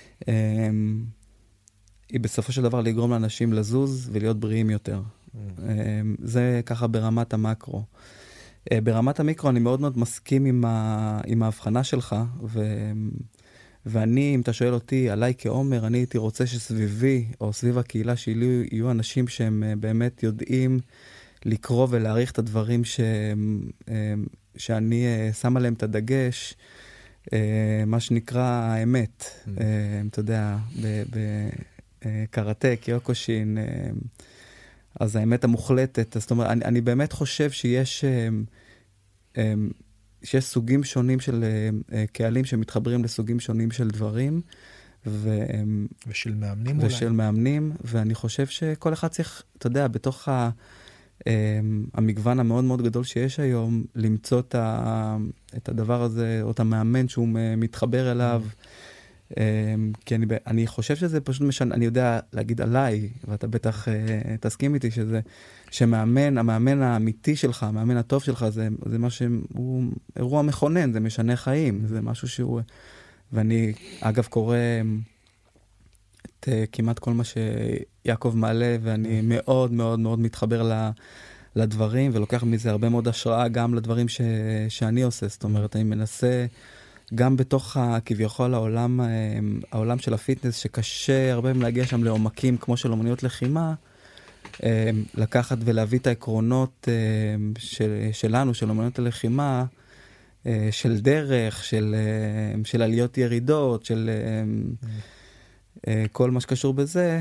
היא בסופו של דבר לגרום לאנשים לזוז ולהיות בריאים יותר. זה ככה ברמת המקרו. ברמת המיקרו אני מאוד מאוד מסכים עם, ה... עם ההבחנה שלך, ו... ואני, אם אתה שואל אותי, עליי כעומר, אני הייתי רוצה שסביבי, או סביב הקהילה שלי, יהיו אנשים שהם באמת יודעים לקרוא ולהעריך את הדברים ש... שאני שם עליהם את הדגש, מה שנקרא האמת. אתה יודע, בקראטה, קיוקושין, אז האמת המוחלטת. זאת אומרת, אני, אני באמת חושב שיש... שיש סוגים שונים של uh, קהלים שמתחברים לסוגים שונים של דברים. ו... ושל מאמנים ושל אולי. מאמנים, ואני חושב שכל אחד צריך, אתה יודע, בתוך ה, um, המגוון המאוד מאוד גדול שיש היום, למצוא את, ה, את הדבר הזה, או את המאמן שהוא מתחבר אליו. Mm. Um, כי אני, אני חושב שזה פשוט משנה, אני יודע להגיד עליי, ואתה בטח uh, תסכים איתי שזה, שמאמן, המאמן האמיתי שלך, המאמן הטוב שלך, זה, זה מה שהוא אירוע מכונן, זה משנה חיים, זה משהו שהוא, ואני אגב קורא את uh, כמעט כל מה שיעקב מעלה, ואני מאוד מאוד מאוד מתחבר ל, לדברים, ולוקח מזה הרבה מאוד השראה גם לדברים ש, שאני עושה, זאת אומרת, אני מנסה גם בתוך כביכול העולם, העולם של הפיטנס, שקשה הרבה פעמים להגיע שם לעומקים כמו של אומנויות לחימה, לקחת ולהביא את העקרונות של, שלנו, של אומנויות הלחימה, של דרך, של, של עליות ירידות, של כל מה שקשור בזה,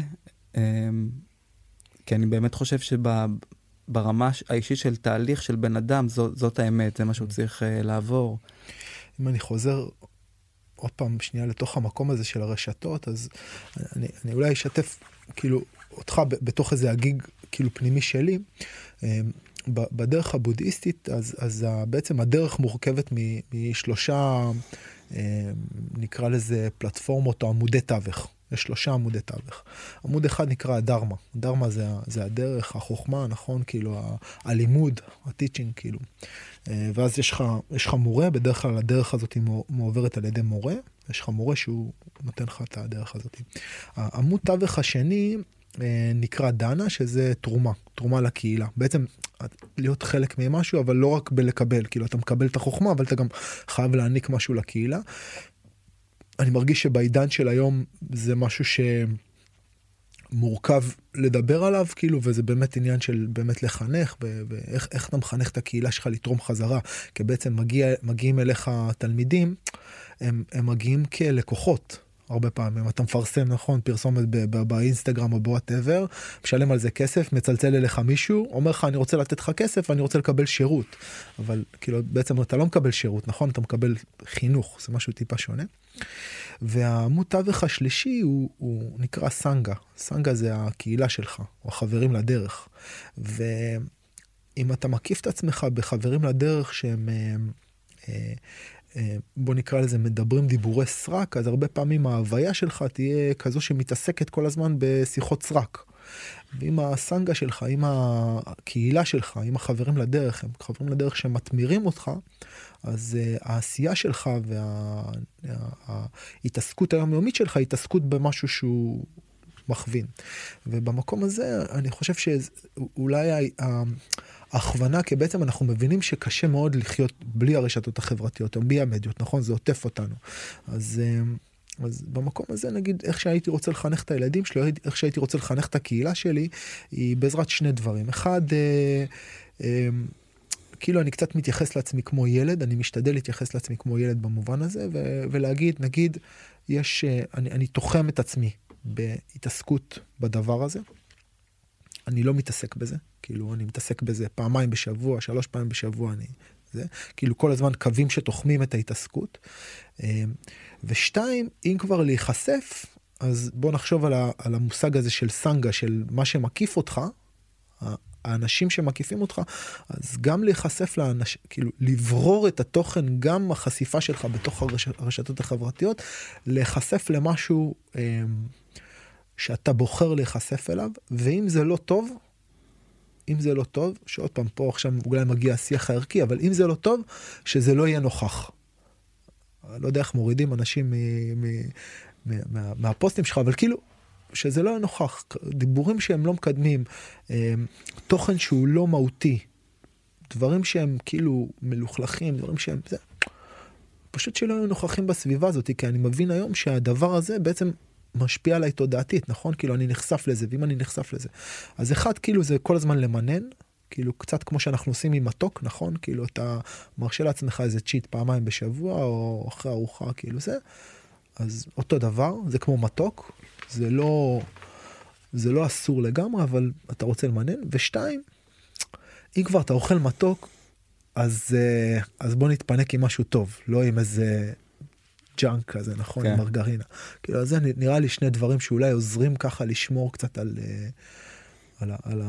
כי אני באמת חושב שברמה האישית של תהליך של בן אדם, זאת, זאת האמת, זה מה שהוא צריך לעבור. אם אני חוזר עוד פעם שנייה לתוך המקום הזה של הרשתות, אז אני, אני אולי אשתף כאילו אותך בתוך איזה הגיג כאילו פנימי שלי. בדרך הבודהיסטית, אז, אז בעצם הדרך מורכבת משלושה, נקרא לזה פלטפורמות או עמודי תווך. יש שלושה עמודי תווך. עמוד אחד נקרא הדרמה. הדרמה זה, זה הדרך, החוכמה, נכון? כאילו הלימוד, הטיצ'ינג, כאילו. ואז יש לך, יש לך מורה, בדרך כלל הדרך הזאת היא מועברת על ידי מורה, יש לך מורה שהוא נותן לך את הדרך הזאת. העמוד תווך השני נקרא דנה, שזה תרומה, תרומה לקהילה. בעצם להיות חלק ממשהו, אבל לא רק בלקבל, כאילו אתה מקבל את החוכמה, אבל אתה גם חייב להעניק משהו לקהילה. אני מרגיש שבעידן של היום זה משהו שמורכב לדבר עליו, כאילו, וזה באמת עניין של באמת לחנך, ואיך איך אתה מחנך את הקהילה שלך לתרום חזרה, כי בעצם מגיע, מגיעים אליך תלמידים, הם, הם מגיעים כלקוחות, הרבה פעמים. אתה מפרסם, נכון, פרסומת באינסטגרם או בוואטאבר, משלם על זה כסף, מצלצל אליך מישהו, אומר לך, אני רוצה לתת לך כסף, אני רוצה לקבל שירות. אבל כאילו, בעצם אתה לא מקבל שירות, נכון? אתה מקבל חינוך, זה משהו טיפה שונה. והעמוד תווך השלישי הוא, הוא נקרא סנגה. סנגה זה הקהילה שלך, או החברים לדרך. ואם אתה מקיף את עצמך בחברים לדרך שהם... בוא נקרא לזה מדברים דיבורי סרק, אז הרבה פעמים ההוויה שלך תהיה כזו שמתעסקת כל הזמן בשיחות סרק. ועם הסנגה שלך, עם הקהילה שלך, עם החברים לדרך, הם חברים לדרך שמתמירים אותך, אז העשייה שלך וההתעסקות היומיומית שלך, היא התעסקות במשהו שהוא מכווין. ובמקום הזה אני חושב שאולי ההכוונה, כי בעצם אנחנו מבינים שקשה מאוד לחיות בלי הרשתות החברתיות, או בלי המדיות, נכון? זה עוטף אותנו. אז, אז במקום הזה, נגיד, איך שהייתי רוצה לחנך את הילדים שלי, איך שהייתי רוצה לחנך את הקהילה שלי, היא בעזרת שני דברים. אחד, אה, אה, כאילו אני קצת מתייחס לעצמי כמו ילד, אני משתדל להתייחס לעצמי כמו ילד במובן הזה, ו- ולהגיד, נגיד, יש, אני, אני תוחם את עצמי בהתעסקות בדבר הזה. אני לא מתעסק בזה, כאילו אני מתעסק בזה פעמיים בשבוע, שלוש פעמים בשבוע, אני, זה, כאילו כל הזמן קווים שתוחמים את ההתעסקות. ושתיים, אם כבר להיחשף, אז בוא נחשוב על, ה, על המושג הזה של סנגה, של מה שמקיף אותך, האנשים שמקיפים אותך, אז גם להיחשף לאנשים, כאילו לברור את התוכן, גם החשיפה שלך בתוך הרש, הרשתות החברתיות, להיחשף למשהו שאתה בוחר להיחשף אליו, ואם זה לא טוב, אם זה לא טוב, שעוד פעם פה עכשיו אולי מגיע השיח הערכי, אבל אם זה לא טוב, שזה לא יהיה נוכח. לא יודע איך מורידים אנשים מ- מ- מ- מה- מהפוסטים שלך, אבל כאילו, שזה לא יהיה נוכח. דיבורים שהם לא מקדמים, תוכן שהוא לא מהותי, דברים שהם כאילו מלוכלכים, דברים שהם, זה, פשוט שלא יהיו נוכחים בסביבה הזאת, כי אני מבין היום שהדבר הזה בעצם משפיע עליי תודעתית, נכון? כאילו אני נחשף לזה, ואם אני נחשף לזה. אז אחד, כאילו זה כל הזמן למנן, כאילו קצת כמו שאנחנו עושים עם מתוק, נכון? כאילו אתה מרשה לעצמך איזה צ'יט פעמיים בשבוע, או אחרי ארוחה, כאילו זה. אז אותו דבר, זה כמו מתוק, זה לא, זה לא אסור לגמרי, אבל אתה רוצה למנן. ושתיים, אם כבר אתה אוכל מתוק, אז, אז בוא נתפנק עם משהו טוב, לא עם איזה ג'אנק כזה, נכון? כן. עם מרגרינה. כאילו, זה נראה לי שני דברים שאולי עוזרים ככה לשמור קצת על, על, על, על ה...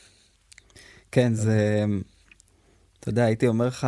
כן, על... זה, אתה יודע, הייתי אומר לך,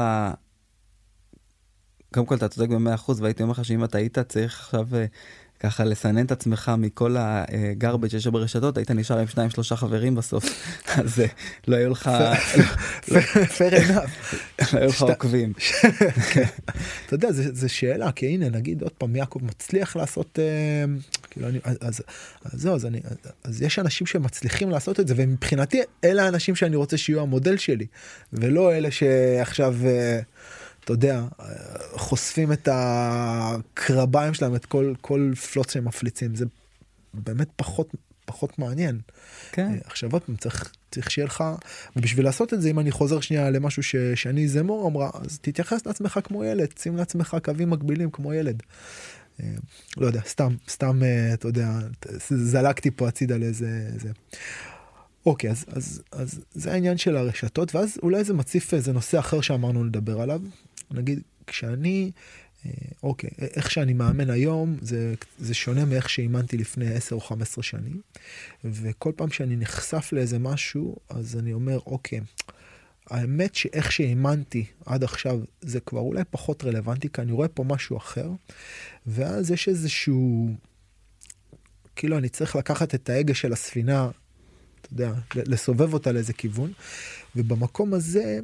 קודם כל אתה צודק ב-מאה אחוז, והייתי אומר לך שאם אתה היית צריך עכשיו ככה לסנן את עצמך מכל הגרבג' שיש ברשתות, היית נשאר עם שניים שלושה חברים בסוף, אז לא היו לך... fair enough. לא היו לך עוקבים. אתה יודע, זו שאלה, כי הנה, נגיד עוד פעם, יעקב מצליח לעשות, אז זהו, אז יש אנשים שמצליחים לעשות את זה, ומבחינתי, אלה האנשים שאני רוצה שיהיו המודל שלי, ולא אלה שעכשיו... אתה יודע, חושפים את הקרביים שלהם, את כל, כל פלוט שהם מפליצים. זה באמת פחות, פחות מעניין. כן. עכשיו עוד פעם, צריך, צריך שיהיה לך, ובשביל לעשות את זה, אם אני חוזר שנייה למשהו ש, שאני זמור אמרה, אז תתייחס לעצמך כמו ילד, שים לעצמך קווים מקבילים כמו ילד. לא יודע, סתם, סתם, אתה יודע, זלקתי פה הצידה לאיזה, זה. אוקיי, אז, אז, אז זה העניין של הרשתות, ואז אולי זה מציף איזה נושא אחר שאמרנו לדבר עליו. נגיד, כשאני, אוקיי, איך שאני מאמן היום, זה, זה שונה מאיך שאימנתי לפני עשר או חמש עשרה שנים, וכל פעם שאני נחשף לאיזה משהו, אז אני אומר, אוקיי, האמת שאיך שאימנתי עד עכשיו, זה כבר אולי פחות רלוונטי, כי אני רואה פה משהו אחר, ואז יש איזשהו, כאילו אני צריך לקחת את ההגה של הספינה, אתה יודע, לסובב אותה לאיזה כיוון, ובמקום הזה,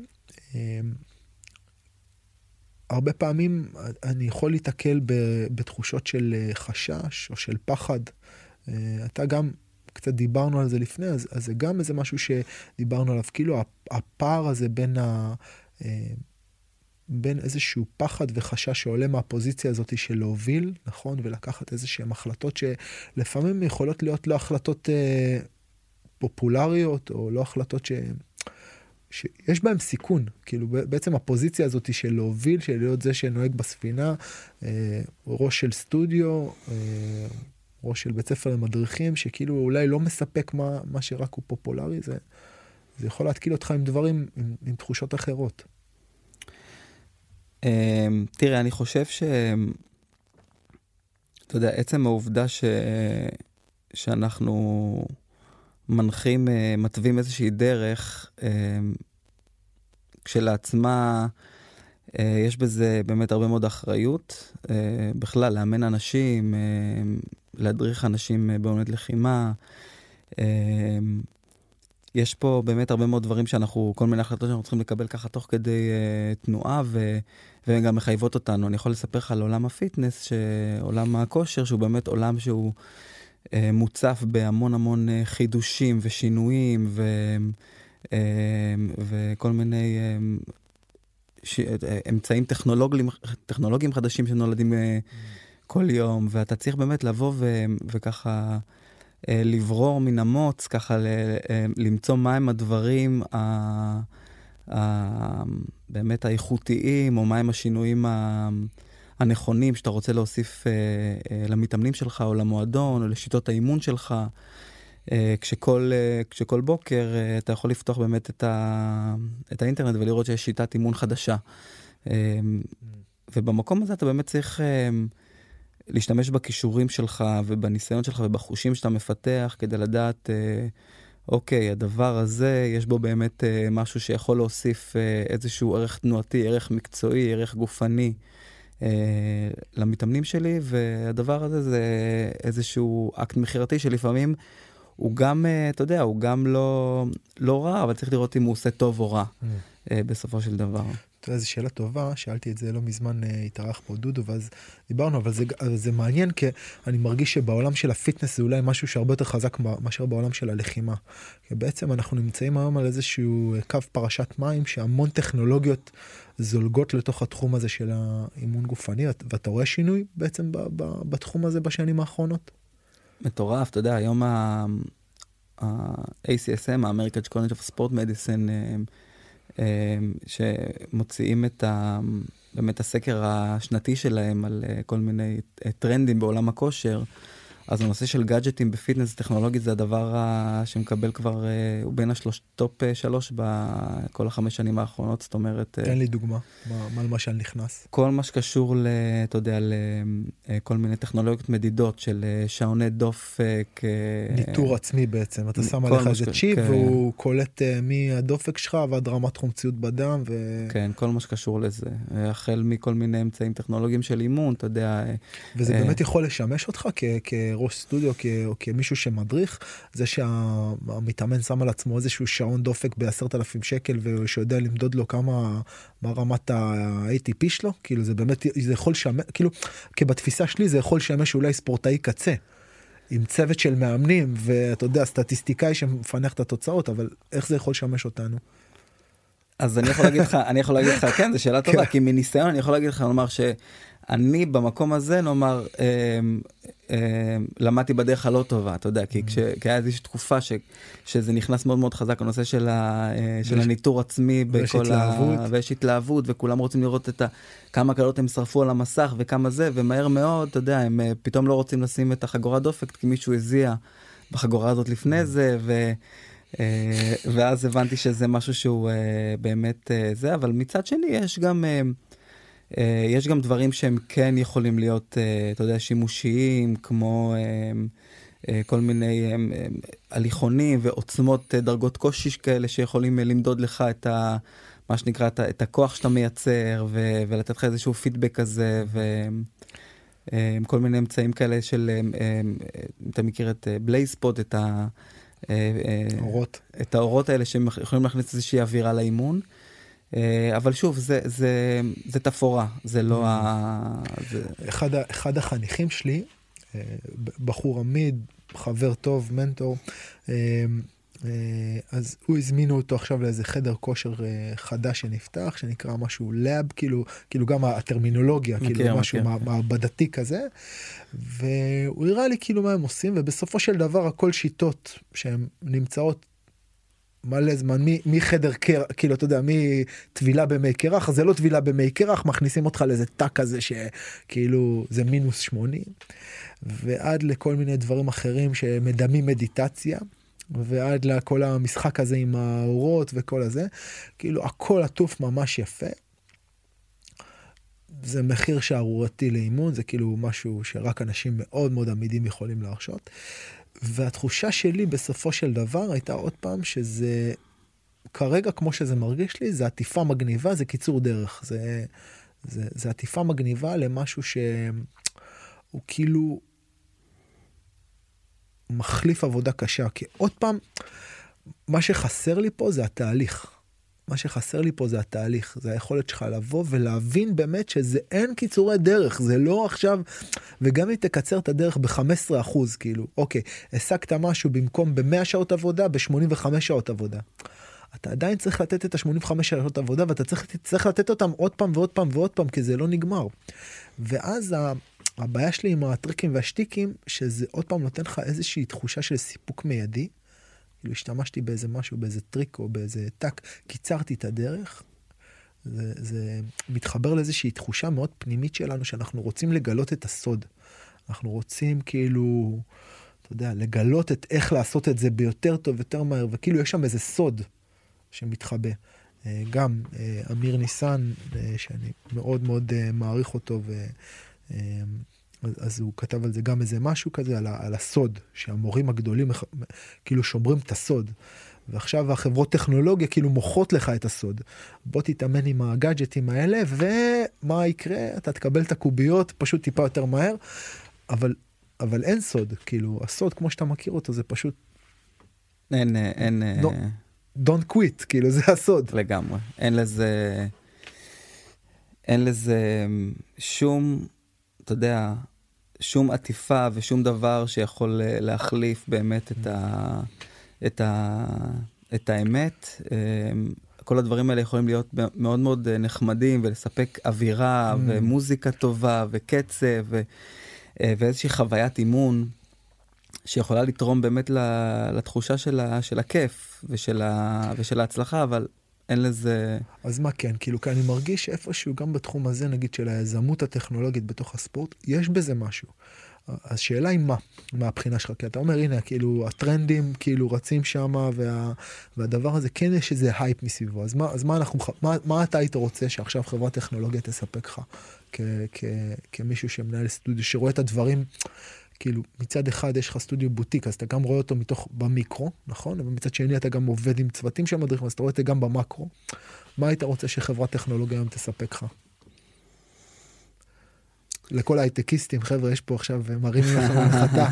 הרבה פעמים אני יכול להתקל בתחושות של חשש או של פחד. אתה גם קצת דיברנו על זה לפני, אז, אז זה גם איזה משהו שדיברנו עליו, כאילו הפער הזה בין ה... בין איזשהו פחד וחשש שעולה מהפוזיציה הזאת של להוביל, נכון? ולקחת איזושהי החלטות שלפעמים יכולות להיות לא החלטות אה, פופולריות, או לא החלטות ש... שיש בהם סיכון. כאילו בעצם הפוזיציה הזאת של להוביל, של להיות זה שנוהג בספינה, אה, ראש של סטודיו, אה, ראש של בית ספר למדריכים, שכאילו אולי לא מספק מה, מה שרק הוא פופולרי, זה, זה יכול להתקיל אותך עם דברים, עם, עם תחושות אחרות. תראה, אני חושב ש... אתה יודע, עצם העובדה ש... שאנחנו מנחים, מטווים איזושהי דרך, כשלעצמה יש בזה באמת הרבה מאוד אחריות, בכלל, לאמן אנשים, להדריך אנשים בעונת לחימה, יש פה באמת הרבה מאוד דברים שאנחנו, כל מיני החלטות שאנחנו צריכים לקבל ככה תוך כדי uh, תנועה, ו, והן גם מחייבות אותנו. אני יכול לספר לך על עולם הפיטנס, שעולם הכושר, שהוא באמת עולם שהוא uh, מוצף בהמון המון uh, חידושים ושינויים, ו, uh, וכל מיני uh, ש, uh, אמצעים טכנולוגיים, טכנולוגיים חדשים שנולדים uh, כל יום, ואתה צריך באמת לבוא ו, וככה... לברור מן המוץ, ככה למצוא מהם הדברים באמת האיכותיים, או מהם השינויים הנכונים שאתה רוצה להוסיף למתאמנים שלך, או למועדון, או לשיטות האימון שלך, כשכל, כשכל בוקר אתה יכול לפתוח באמת את, ה, את האינטרנט ולראות שיש שיטת אימון חדשה. ובמקום הזה אתה באמת צריך... להשתמש בכישורים שלך ובניסיון שלך ובחושים שאתה מפתח כדי לדעת, אה, אוקיי, הדבר הזה, יש בו באמת אה, משהו שיכול להוסיף אה, איזשהו ערך תנועתי, ערך מקצועי, ערך גופני אה, למתאמנים שלי, והדבר הזה זה איזשהו אקט מחירתי שלפעמים הוא גם, אה, אתה יודע, הוא גם לא, לא רע, אבל צריך לראות אם הוא עושה טוב או רע mm. אה, בסופו של דבר. זו שאלה טובה, שאלתי את זה לא מזמן, התארח פה דודו, ואז דיברנו, אבל זה, זה מעניין, כי אני מרגיש שבעולם של הפיטנס זה אולי משהו שהרבה יותר חזק מאשר בעולם של הלחימה. כי בעצם אנחנו נמצאים היום על איזשהו קו פרשת מים, שהמון טכנולוגיות זולגות לתוך התחום הזה של האימון גופני, ואתה רואה שינוי בעצם ב, ב, בתחום הזה בשנים האחרונות? מטורף, אתה יודע, היום ה-A C S M, ה-American College of Sport Medicine, שמוציאים את ה, באמת הסקר השנתי שלהם על כל מיני טרנדים בעולם הכושר, אז הנושא של גאדג'טים בפיטנס טכנולוגית זה הדבר שמקבל כבר, הוא בין השלוש, טופ שלוש בכל החמש שנים האחרונות, זאת אומרת... תן לי דוגמה, מה, מה למשל נכנס? כל מה שקשור, ל, אתה יודע, לכל מיני טכנולוגיות מדידות של שעוני דופק. ניטור עצמי בעצם, אתה שם עליך איזה צ'יפ, כן. והוא קולט מהדופק שלך ועד רמת חומציות בדם. ו... כן, כל מה שקשור לזה. החל מכל מיני אמצעים טכנולוגיים של אימון, אתה יודע... וזה באמת יכול לשמש אותך כ... כ... ראש סטודיו או כמישהו שמדריך, זה שהמתאמן שם על עצמו איזשהו שעון דופק ב-עשרת אלפים שקל, ושיודע למדוד לו כמה, מה רמת ה-A T P שלו, כאילו זה באמת, זה יכול לשמש, כאילו, כבתפיסה שלי זה יכול לשמש אולי ספורטאי קצה, עם צוות של מאמנים, ואתה יודע, סטטיסטיקאי שמפנח את התוצאות, אבל איך זה יכול לשמש אותנו? אז אני יכול להגיד לך, אני יכול להגיד לך, כן, זו שאלה טובה, כי מניסיון אני יכול להגיד לך, נאמר שאני במקום הזה, נאמר, למדתי בדרך הלא טובה, אתה יודע, כי כשהיה איזושהי תקופה שזה נכנס מאוד מאוד חזק, הנושא של הניטור עצמי, ויש התלהבות, וכולם רוצים לראות את כמה קלות הם שרפו על המסך, וכמה זה, ומהר מאוד, אתה יודע, הם פתאום לא רוצים לשים את החגורת דופק, כי מישהו הזיע בחגורה הזאת לפני זה, ו... ואז הבנתי שזה משהו שהוא באמת זה, אבל מצד שני יש גם יש גם דברים שהם כן יכולים להיות, אתה יודע, שימושיים, כמו כל מיני הליכונים ועוצמות דרגות קושי כאלה שיכולים למדוד לך את ה, מה שנקרא, את הכוח שאתה מייצר, ולתת לך איזשהו פידבק כזה, וכל מיני אמצעים כאלה של, אתה מכיר את בלייספוט, את ה... אורות. את האורות האלה שהם יכולים להכניס איזושהי אווירה לאימון. אבל שוב, זה, זה, זה תפורה, זה לא ה... אחד, אחד החניכים שלי, בחור עמיד, חבר טוב, מנטור. אז הוא הזמינו אותו עכשיו לאיזה חדר כושר חדש שנפתח, שנקרא משהו לאב, כאילו, כאילו גם הטרמינולוגיה, מכיר, כאילו משהו מכיר. מעבדתי כזה, והוא הראה לי כאילו מה הם עושים, ובסופו של דבר הכל שיטות שהן נמצאות מלא זמן, מחדר קרח, כאילו אתה יודע, מטבילה במי קרח, זה לא טבילה במי קרח, מכניסים אותך לאיזה טק כזה שכאילו זה מינוס שמונים, ועד לכל מיני דברים אחרים שמדמים מדיטציה, ועד לכל המשחק הזה עם האורות וכל הזה, כאילו הכל עטוף ממש יפה. זה מחיר שערורתי לאימון, זה כאילו משהו שרק אנשים מאוד מאוד עמידים יכולים להרשות. והתחושה שלי בסופו של דבר הייתה עוד פעם שזה, כרגע כמו שזה מרגיש לי, זה עטיפה מגניבה, זה קיצור דרך. זה, זה, זה עטיפה מגניבה למשהו שהוא כאילו מחליף עבודה קשה. כי עוד פעם, מה שחסר לי פה זה התהליך. מה שחסר לי פה זה התהליך, זה היכולת שלך לבוא ולהבין באמת שזה אין קיצורי דרך, זה לא עכשיו, וגם אם תקצר את הדרך ב-חמישה עשר אחוז, כאילו, אוקיי, השגת משהו במקום ב-מאה שעות עבודה, ב-שמונים וחמש שעות עבודה. אתה עדיין צריך לתת את ה-שמונים וחמש שעות עבודה, ואתה צריך, צריך לתת אותם עוד פעם ועוד פעם ועוד פעם, כי זה לא נגמר. ואז הבעיה שלי עם הטריקים והשטיקים, שזה עוד פעם נותן לך איזושהי תחושה של סיפוק מיידי, כאילו השתמשתי באיזה משהו, באיזה טריק או באיזה טק, קיצרתי את הדרך, זה, זה מתחבר לאיזושהי תחושה מאוד פנימית שלנו, שאנחנו רוצים לגלות את הסוד. אנחנו רוצים כאילו, אתה יודע, לגלות את איך לעשות את זה ביותר טוב, יותר מהר, וכאילו יש שם איזה סוד שמתחבא. גם אמיר ניסן, שאני מאוד מאוד מעריך אותו, ו... אז הוא כתב על זה גם איזה משהו כזה, על, ה, על הסוד, שהמורים הגדולים כאילו שומרים את הסוד, ועכשיו החברות טכנולוגיה כאילו מוכרות לך את הסוד. בוא תתאמן עם הגאדג'טים האלה, ומה יקרה? אתה תקבל את הקוביות פשוט טיפה יותר מהר, אבל, אבל אין סוד, כאילו, הסוד כמו שאתה מכיר אותו, זה פשוט... אין, אין... No, don't quit, כאילו, זה הסוד. לגמרי. אין לזה... אין לזה שום... אתה יודע, שום עטיפה ושום דבר שיכול להחליף באמת את ה, את ה, את האמת. כל הדברים האלה יכולים להיות מאוד מאוד נחמדים ולספק אווירה mm. ומוזיקה טובה וקצב ו, ואיזושהי חוויית אימון שיכולה לתרום באמת לתחושה של, ה, של הכיף ושל, ה, ושל ההצלחה, אבל אין לזה... אז מה כן? כאילו, כי אני מרגיש איפשהו גם בתחום הזה, נגיד, של היזמות הטכנולוגית בתוך הספורט, יש בזה משהו. השאלה היא מה, מה הבחינה שלך? כי אתה אומר, הנה, כאילו, הטרנדים כאילו רצים שם, וה, והדבר הזה, כן יש איזה הייפ מסביבו. אז מה, אז מה אנחנו, מה, מה אתה היית רוצה שעכשיו חברת טכנולוגיה תספק לך? כ, כ, כמישהו שמנהל סטודיו, שרואה את הדברים... כאילו, מצד אחד יש לך סטודיו בוטיק, אז אתה גם רואה אותו מתוך במיקרו, נכון? אבל מצד שני אתה גם עובד עם צוותים של מדריכים, אז אתה רואה את זה גם במקרו. מה היית רוצה שחברת טכנולוגיה היום תספק לך? לכל ההייטקיסטים, חבר'ה, יש פה עכשיו מרימים לכם הנחתה.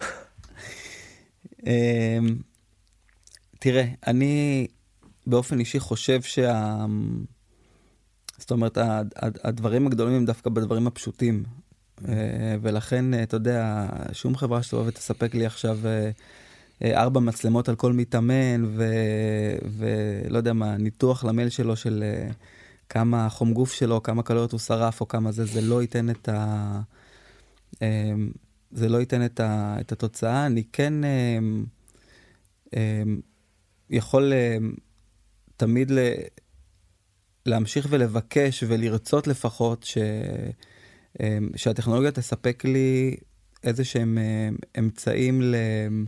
תראה, אני באופן אישי חושב שה... זאת אומרת, הדברים הגדולים הם דווקא בדברים הפשוטים. ולכן, אתה יודע, שום חברה שתבוא ותספק לי עכשיו ארבע מצלמות על כל מתאמן, ולא יודע מה, ניתוח למייל שלו של כמה חום גוף שלו, כמה קלוריות הוא שרף, או כמה זה, זה לא ייתן את ה... זה לא ייתן את, ה... את התוצאה. אני כן יכול תמיד ל... להמשיך ולבקש ולרצות לפחות ש... שהטכנולוגיה תספק לי איזה שהם אמצעים ל...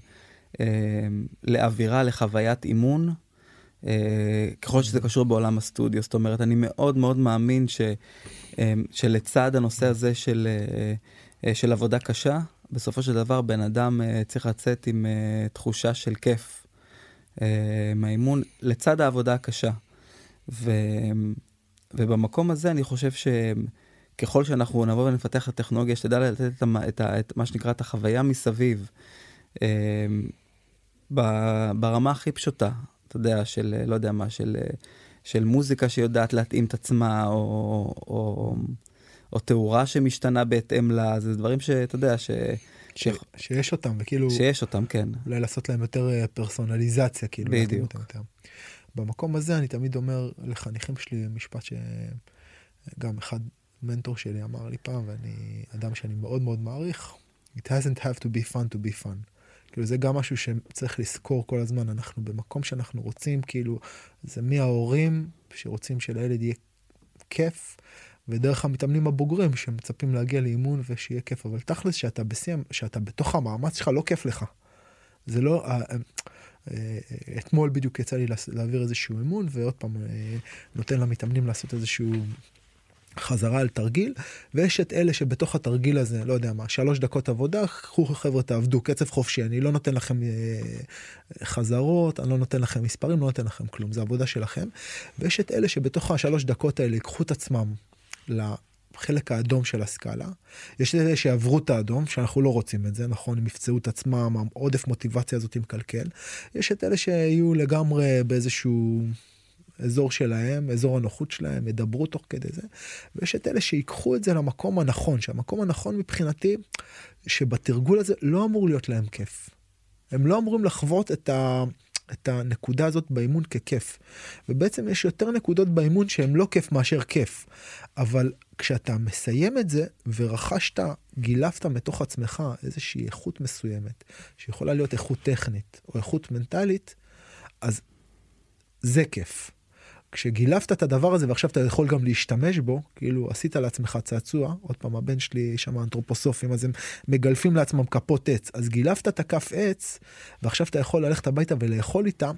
לאווירה, לחוויית אימון, ככל שזה קשור בעולם הסטודיו. זאת אומרת, אני מאוד מאוד מאמין ש... שלצד הנושא הזה של, של עבודה קשה, בסופו של דבר בן אדם צריך לצאת עם תחושה של כיף מהאימון, לצד העבודה הקשה. ו... ובמקום הזה אני חושב ש... ככל שאנחנו נבוא ונפתח את הטכנולוגיה, שתדע לתת את, את, את מה שנקרא את החוויה מסביב, אה, ברמה הכי פשוטה, אתה יודע, של, לא יודע מה, של, של מוזיקה שיודעת להתאים את עצמה, או, או, או תאורה שמשתנה בהתאם לה, זה דברים שאתה יודע, ש, ש... שיש אותם, וכאילו... שיש אותם, כן. אולי לעשות להם יותר פרסונליזציה, כאילו. בדיוק. יותר. במקום הזה אני תמיד אומר לחניכים שלי משפט שגם אחד מנטור שלי אמר לי פעם, ואני אדם שאני מאוד מאוד מעריך, It hasn't have to be fun to be fun. כאילו זה גם משהו שצריך לזכור כל הזמן, אנחנו במקום שאנחנו רוצים, כאילו זה מי ההורים שרוצים שלילד יהיה כיף, ודרך המתאמנים הבוגרים שמצפים להגיע לאימון ושיהיה כיף, אבל תכלס שאתה בסיים, שאתה בתוך המאמץ שלך לא כיף לך. זה לא, אתמול בדיוק יצא לי להעביר איזשהו אימון, ועוד פעם נותן למתאמנים לעשות איזשהו חזרה על תרגיל, ויש את אלה שבתוך התרגיל הזה, לא יודע מה, שלוש דקות עבודה, קחו חבר'ה תעבדו, קצב חופשי, אני לא נותן לכם חזרות, אני לא נותן לכם מספרים, לא נותן לכם כלום, זה עבודה שלכם, ויש את אלה שבתוך השלוש דקות האלה, ייקחו את עצמם לחלק האדום של הסקאלה, יש את אלה שעברו את האדום, שאנחנו לא רוצים את זה, נכון, הם יפצעו את עצמם, העודף מוטיבציה הזאת מקלקל, יש את אלה שיהיו לגמרי באיזשהו אזור שלהם, אזור הנוחות שלהם, ידברו תוך כדי זה, ויש את אלה שיקחו את זה למקום הנכון, שהמקום הנכון מבחינתי, שבתרגול הזה לא אמור להיות להם כיף. הם לא אמורים לחוות את, ה, את הנקודה הזאת באימון ככיף. ובעצם יש יותר נקודות באימון שהם לא כיף מאשר כיף. אבל כשאתה מסיים את זה, ורכשת, גילפת מתוך עצמך איזושהי איכות מסוימת, שיכולה להיות איכות טכנית, או איכות מנטלית, אז זה כיף. כשגילפת את הדבר הזה, ועכשיו אתה יכול גם להשתמש בו, כאילו עשית לעצמך צעצוע, עוד פעם הבן שלי שם אנתרופוסופים, אז הם מגלפים לעצמם כפות עץ, אז גילפת את הכף עץ, ועכשיו אתה יכול ללכת הביתה ולאכול איתה,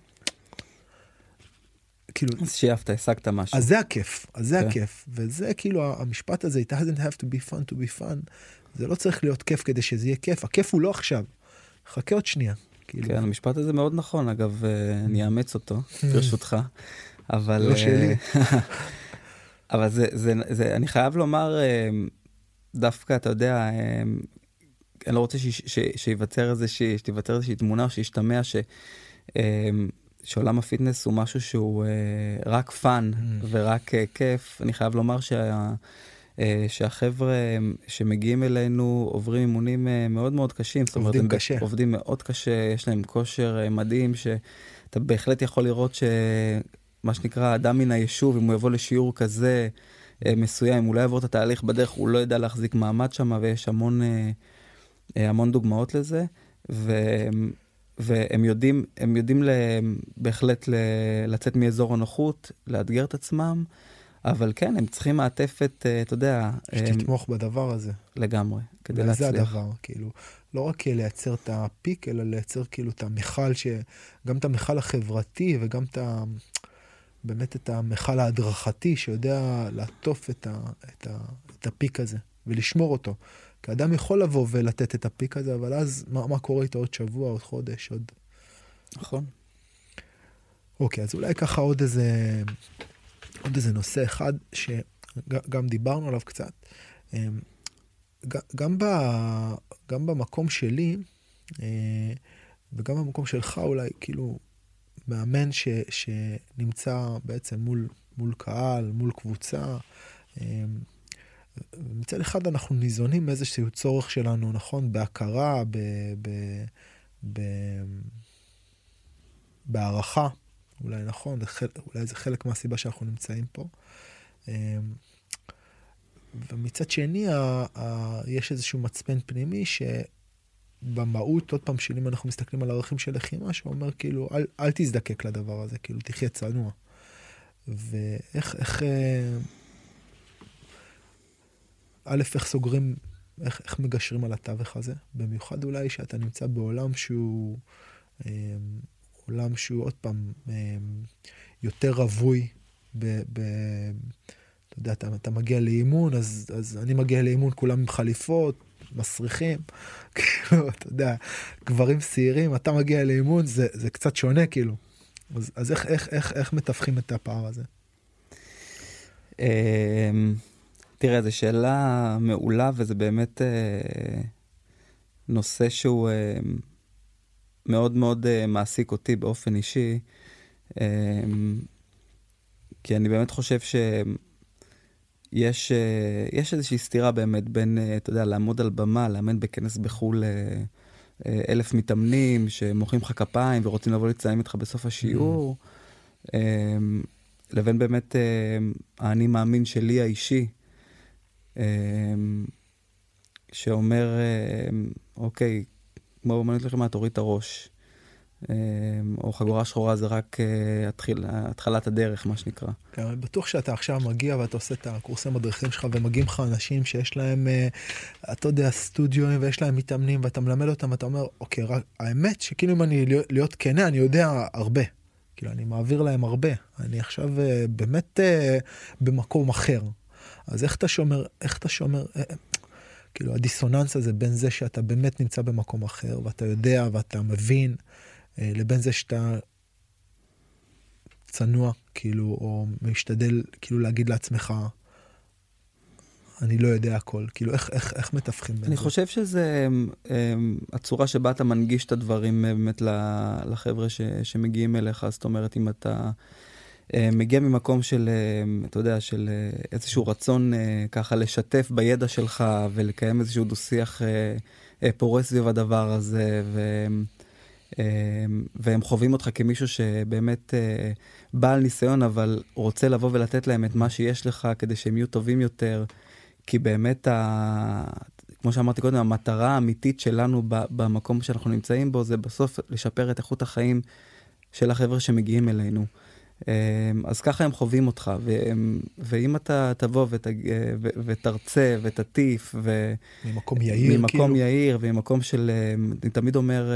כאילו... אז שייפת, השגת משהו. אז זה הכיף, אז זה כן. הכיף, וזה כאילו המשפט הזה, it doesn't have to be fun to be fun, זה לא צריך להיות כיף כדי שזה יהיה כיף, הכיף הוא לא עכשיו, חכה עוד שנייה. כאילו. כן, המשפט הזה מאוד נכון, אגב, אני אאמץ אותו, ברשותך. אבל לא שלי. אבל זה, זה, זה, אני חייב לומר, דווקא, אתה יודע, אני לא רוצה שיווצר איזושהי, שתיווצר איזושהי תמונה, או שישתמע ש, שעולם הפיטנס הוא משהו שהוא רק פן ורק כיף. אני חייב לומר שה, שהחבר'ה שמגיעים אלינו עוברים אימונים מאוד מאוד קשים. עובדים קשה. עובדים מאוד קשה, יש להם כושר מדהים, שאתה בהחלט יכול לראות ש... מה שנקרא, אדם מן היישוב, אם הוא יבוא לשיעור כזה אה, מסוים, אם הוא לא יעבור את התהליך בדרך, הוא לא ידע להחזיק מעמד שם, ויש המון, אה, המון דוגמאות לזה, ו, והם יודעים, הם יודעים בהחלט ל, לצאת מאזור הנוחות, לאתגר את עצמם, אבל כן, הם צריכים מעטפת, אה, אתה יודע... שתתמוך הם, בדבר הזה. לגמרי, כדי להצליח. זה הדבר, כאילו, לא רק לייצר את הפיק, אלא לייצר כאילו את המחל, ש... גם את המחל החברתי, וגם את ה... באמת את המחל ההדרכתי, שיודע לעטוף את, ה, את, ה, את הפיק הזה, ולשמור אותו. כי אדם יכול לבוא ולתת את הפיק הזה, אבל אז מה, מה קורה איתו עוד שבוע, עוד חודש, עוד... נכון. אוקיי, אז אולי ככה עוד איזה, עוד איזה נושא אחד, שגם דיברנו עליו קצת. גם, ב, גם במקום שלי, וגם במקום שלך אולי, כאילו, מאמן ש, שנמצא בעצם מול, מול קהל, מול קבוצה. מצד אחד אנחנו ניזונים מאיזשהו צורך שלנו, נכון? בהכרה, ב, ב, ב, בהערכה, אולי נכון, אולי זה חלק מהסיבה שאנחנו נמצאים פה. ומצד שני, ה, ה, יש איזשהו מצפן פנימי ש... במהות, עוד פעם שנים אנחנו מסתכלים על ערכים של לחימה, שאומר כאילו, אל, אל תזדקק לדבר הזה, כאילו, תחיה צנוע. ואיך, איך, א', איך סוגרים, איך, איך מגשרים על התווך הזה? במיוחד אולי שאתה נמצא בעולם שהוא, עולם שהוא עוד פעם, יותר רווי, ב, ב, אתה יודע, אתה, אתה מגיע לאימון, אז, אז אני מגיע לאימון, כולם עם חליפות, מסריחים, כאילו, אתה יודע, גברים צעירים, אתה מגיע לאימון, זה, זה קצת שונה, כאילו. אז, אז איך, איך, איך, איך מתווכים את הפער הזה? תראה, זו שאלה מעולה, וזה באמת נושא שהוא מאוד מאוד מעסיק אותי באופן אישי, כי אני באמת חושב יש, יש איזושהי סתירה באמת בין, אתה יודע, לעמוד על במה, לאמן בכנס בחול אלף מתאמנים שמוחאים לך כפיים ורוצים לבוא לצלם איתך בסוף השיעור, mm. לבין באמת האני מאמין שלי האישי, שאומר, אוקיי, כמו במנות לחימה, תוריד את הראש. או חגורה שחורה זה רק התחיל, התחלת הדרך, מה שנקרא. כן, בטוח שאתה עכשיו מגיע ואתה עושה את הקורסי מדריכים שלך, ומגיעים לך אנשים שיש להם, אתה יודע, סטודיואים, ויש להם מתאמנים, ואתה מלמד אותם, אתה אומר, אוקיי, רק, האמת שכאילו אם אני להיות כנה, אני יודע הרבה. כאילו, אני מעביר להם הרבה. אני עכשיו באמת במקום אחר. אז איך אתה שומר, איך אתה שומר, כאילו, הדיסוננס הזה בין זה שאתה באמת נמצא במקום אחר, ואתה יודע ואתה מבין, לבין זה שאתה צנוע, כאילו, או משתדל, כאילו, להגיד לעצמך, אני לא יודע הכל. כאילו, איך, איך, איך מתווכים בין זה? אני חושב שזה הצורה שבה אתה מנגיש את הדברים באמת לחבר'ה ש, שמגיעים אליך. זאת אומרת, אם אתה מגיע ממקום של, אתה יודע, של איזשהו רצון ככה לשתף בידע שלך, ולקיים איזשהו דו-שיח פורס סביב הדבר הזה, ו... והם חווים אותך כמישהו שבאמת בעל ניסיון, אבל רוצה לבוא ולתת להם את מה שיש לך כדי שהם יהיו טובים יותר, כי באמת, ה... כמו שאמרתי קודם, המטרה האמיתית שלנו במקום שאנחנו נמצאים בו, זה בסוף לשפר את איכות החיים של החבר'ה שמגיעים אלינו. אז ככה הם חווים אותך, ו... ואם אתה תבוא ות... ו... ותרצה ותטיף, ו... ממקום יאיר, ממקום כאילו. יאיר, וממקום של, אני תמיד אומר,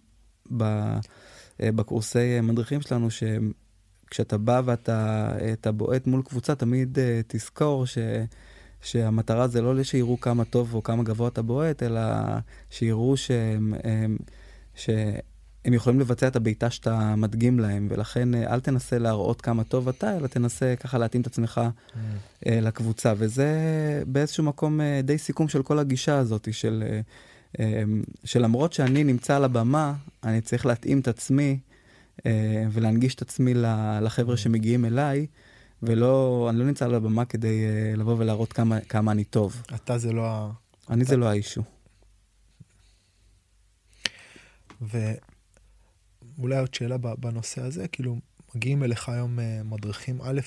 בקורסי מדריכים שלנו, שכשאתה בא ואתה בועט מול קבוצה, תמיד תזכור ש, שהמטרה זה לא שיראו כמה טוב או כמה גבוה אתה בועט, אלא שיראו שהם, שהם יכולים לבצע את הביתה שאתה מדגים להם, ולכן אל תנסה להראות כמה טוב אתה, אלא תנסה ככה להתאים את עצמך mm. לקבוצה, וזה באיזשהו מקום די סיכום של כל הגישה הזאת, של... שלמרות שאני נמצא על הבמה, אני צריך להתאים את עצמי ולהנגיש את עצמי לחבר'ה שמגיעים אליי, ולא, אני לא נמצא על הבמה כדי לבוא ולהראות כמה, כמה אני טוב. אתה זה לא ה... אני זה לא האישו. ואולי עוד שאלה בנושא הזה, כאילו מגיעים אליך היום מדריכים, א',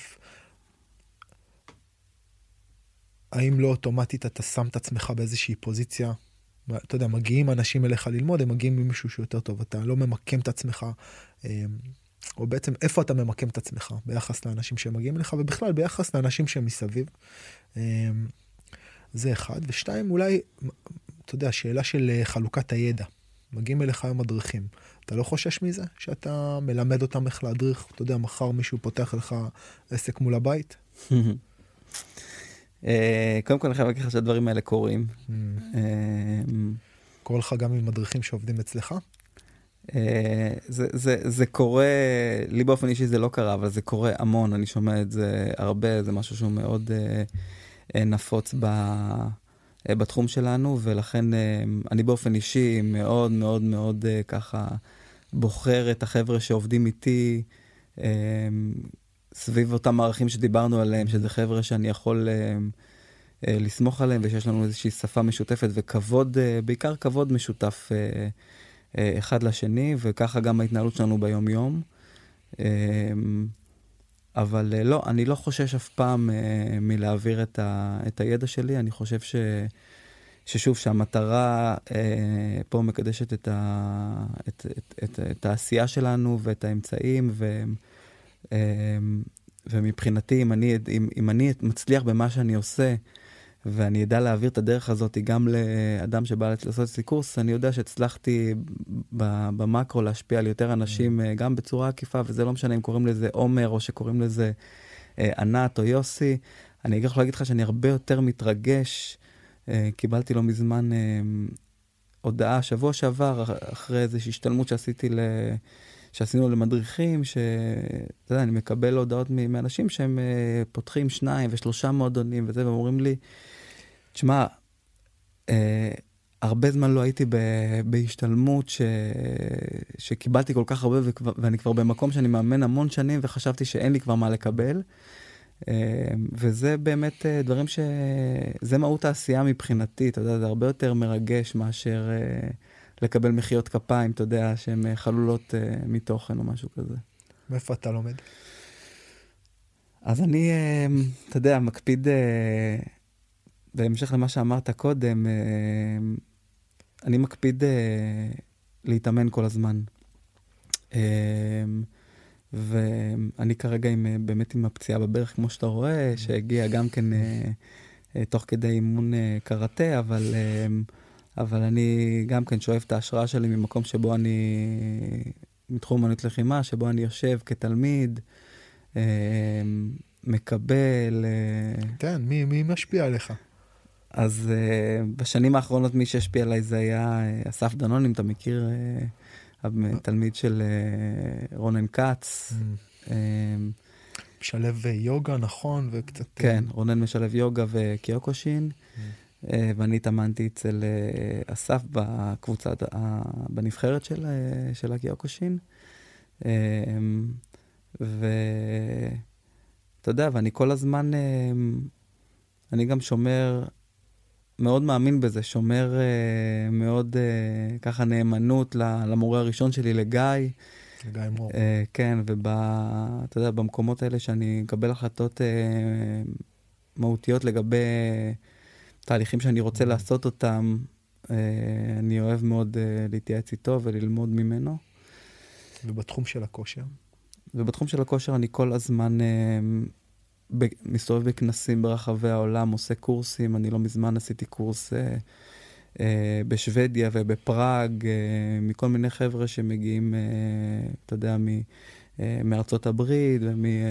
האם לא אוטומטית אתה שם את עצמך באיזושהי פוזיציה, אתה יודע, מגיעים אנשים אליך ללמוד, הם מגיעים ממישהו שיותר טוב, אתה לא ממקם את עצמך, או בעצם איפה אתה ממקם את עצמך ביחס לאנשים שמגיעים אליך, ובכלל ביחס לאנשים שהם מסביב. זה אחד. ושתיים, אולי, אתה יודע, שאלה של חלוקת הידע. מגיעים אליך היום מדריכים. אתה לא חושש מזה? שאתה מלמד אותם איך להדריך? אתה יודע, מחר מישהו פותח לך עסק מול הבית? קודם כל אני חייב להגיד לך שהדברים האלה קורים. קורה לך גם עם מדריכים שעובדים אצלך? זה, זה, זה קורה, לי באופן אישי זה לא קרה, אבל זה קורה המון, אני שומע את זה הרבה, זה משהו שהוא מאוד נפוץ בתחום שלנו, ולכן אני באופן אישי מאוד מאוד מאוד ככה בוחר את החבר'ה שעובדים איתי, סביב אותם מערכים שדיברנו עליהם, שזה חבר'ה שאני יכול uh, uh, לסמוך עליהם, ושיש לנו איזושהי שפה משותפת וכבוד, uh, בעיקר כבוד משותף uh, uh, אחד לשני, וככה גם ההתנהלות שלנו ביום יום. Uh, אבל uh, לא, אני לא חושש אף פעם uh, מלהעביר את, ה, את הידע שלי, אני חושב ש, ששוב, שהמטרה uh, פה מקדשת את, ה, את, את, את, את העשייה שלנו ואת האמצעים, ו... ומבחינתי, אם אני, אם, אם אני מצליח במה שאני עושה, ואני ידע להעביר את הדרך הזאת גם לאדם שבא לעשות אצלי קורס, אני יודע שהצלחתי במקרו להשפיע על יותר אנשים גם בצורה עקיפה, וזה לא משנה אם קוראים לזה עומר, או שקוראים לזה ענת או יוסי. אני אגיד לך להגיד לך שאני הרבה יותר מתרגש. קיבלתי לא מזמן הודעה, שבוע שעבר, אחרי איזושהי השתלמות שעשיתי ל... שעשינו למדריכים, שאתה יודע, אני מקבל הודעות מאנשים שהם פותחים שניים ושלושה מועדונים וזה, והם אומרים לי, תשמע, אה, הרבה זמן לא הייתי בהשתלמות ש... שקיבלתי כל כך הרבה, וכבר, ואני כבר במקום שאני מאמן המון שנים, וחשבתי שאין לי כבר מה לקבל, וזה באמת דברים ש... זה מהות העשייה מבחינתי, אתה יודע, זה הרבה יותר מרגש מאשר לקבל מחיאות כפיים, אתה יודע, שהן חלולות מתוכן או משהו כזה. מאיפה אתה לומד? אז אני, אתה יודע, מקפיד, בהמשך למה שאמרת קודם, אני מקפיד להתאמן כל הזמן. ואני כרגע עם, באמת עם הפציעה בברך, כמו שאתה רואה, שהגיע גם כן תוך כדי אימון קראטה, אבל, אבל אני גם כן שואף את ההשראה שלי ממקום שבו אני, מתחום אמנות לחימה, שבו אני יושב כתלמיד, מקבל. כן, מי, מי משפיע עליך? אז בשנים האחרונות מי שהשפיע עליי זה היה אסף דנון, אם אתה מכיר, תלמיד של רונן קאץ. משלב יוגה, נכון, וקצת... כן, רונן משלב יוגה וקיוקושין, ואני התאמנתי אצל אסף בקבוצה, בנבחרת של, של הקיוקושין. ואתה יודע, ואני כל הזמן, אני גם שומר, מאוד מאמין בזה, שומר מאוד ככה נאמנות למורה הראשון שלי, לגיא. לגיא מור. כן, ואתה יודע, במקומות האלה שאני מקבל החלטות מהותיות לגבי תהליכים שאני רוצה לעשות אותם, אני אוהב מאוד להתייעץ איתו וללמוד ממנו. ובתחום של הכושר? ובתחום של הכושר אני כל הזמן ב- מסתובב בכנסים ברחבי העולם, עושה קורסים. אני לא מזמן עשיתי קורס אה, אה, בשוודיה ובפראג, אה, מכל מיני חבר'ה שמגיעים, אה, אתה יודע, מ, אה, מארצות הברית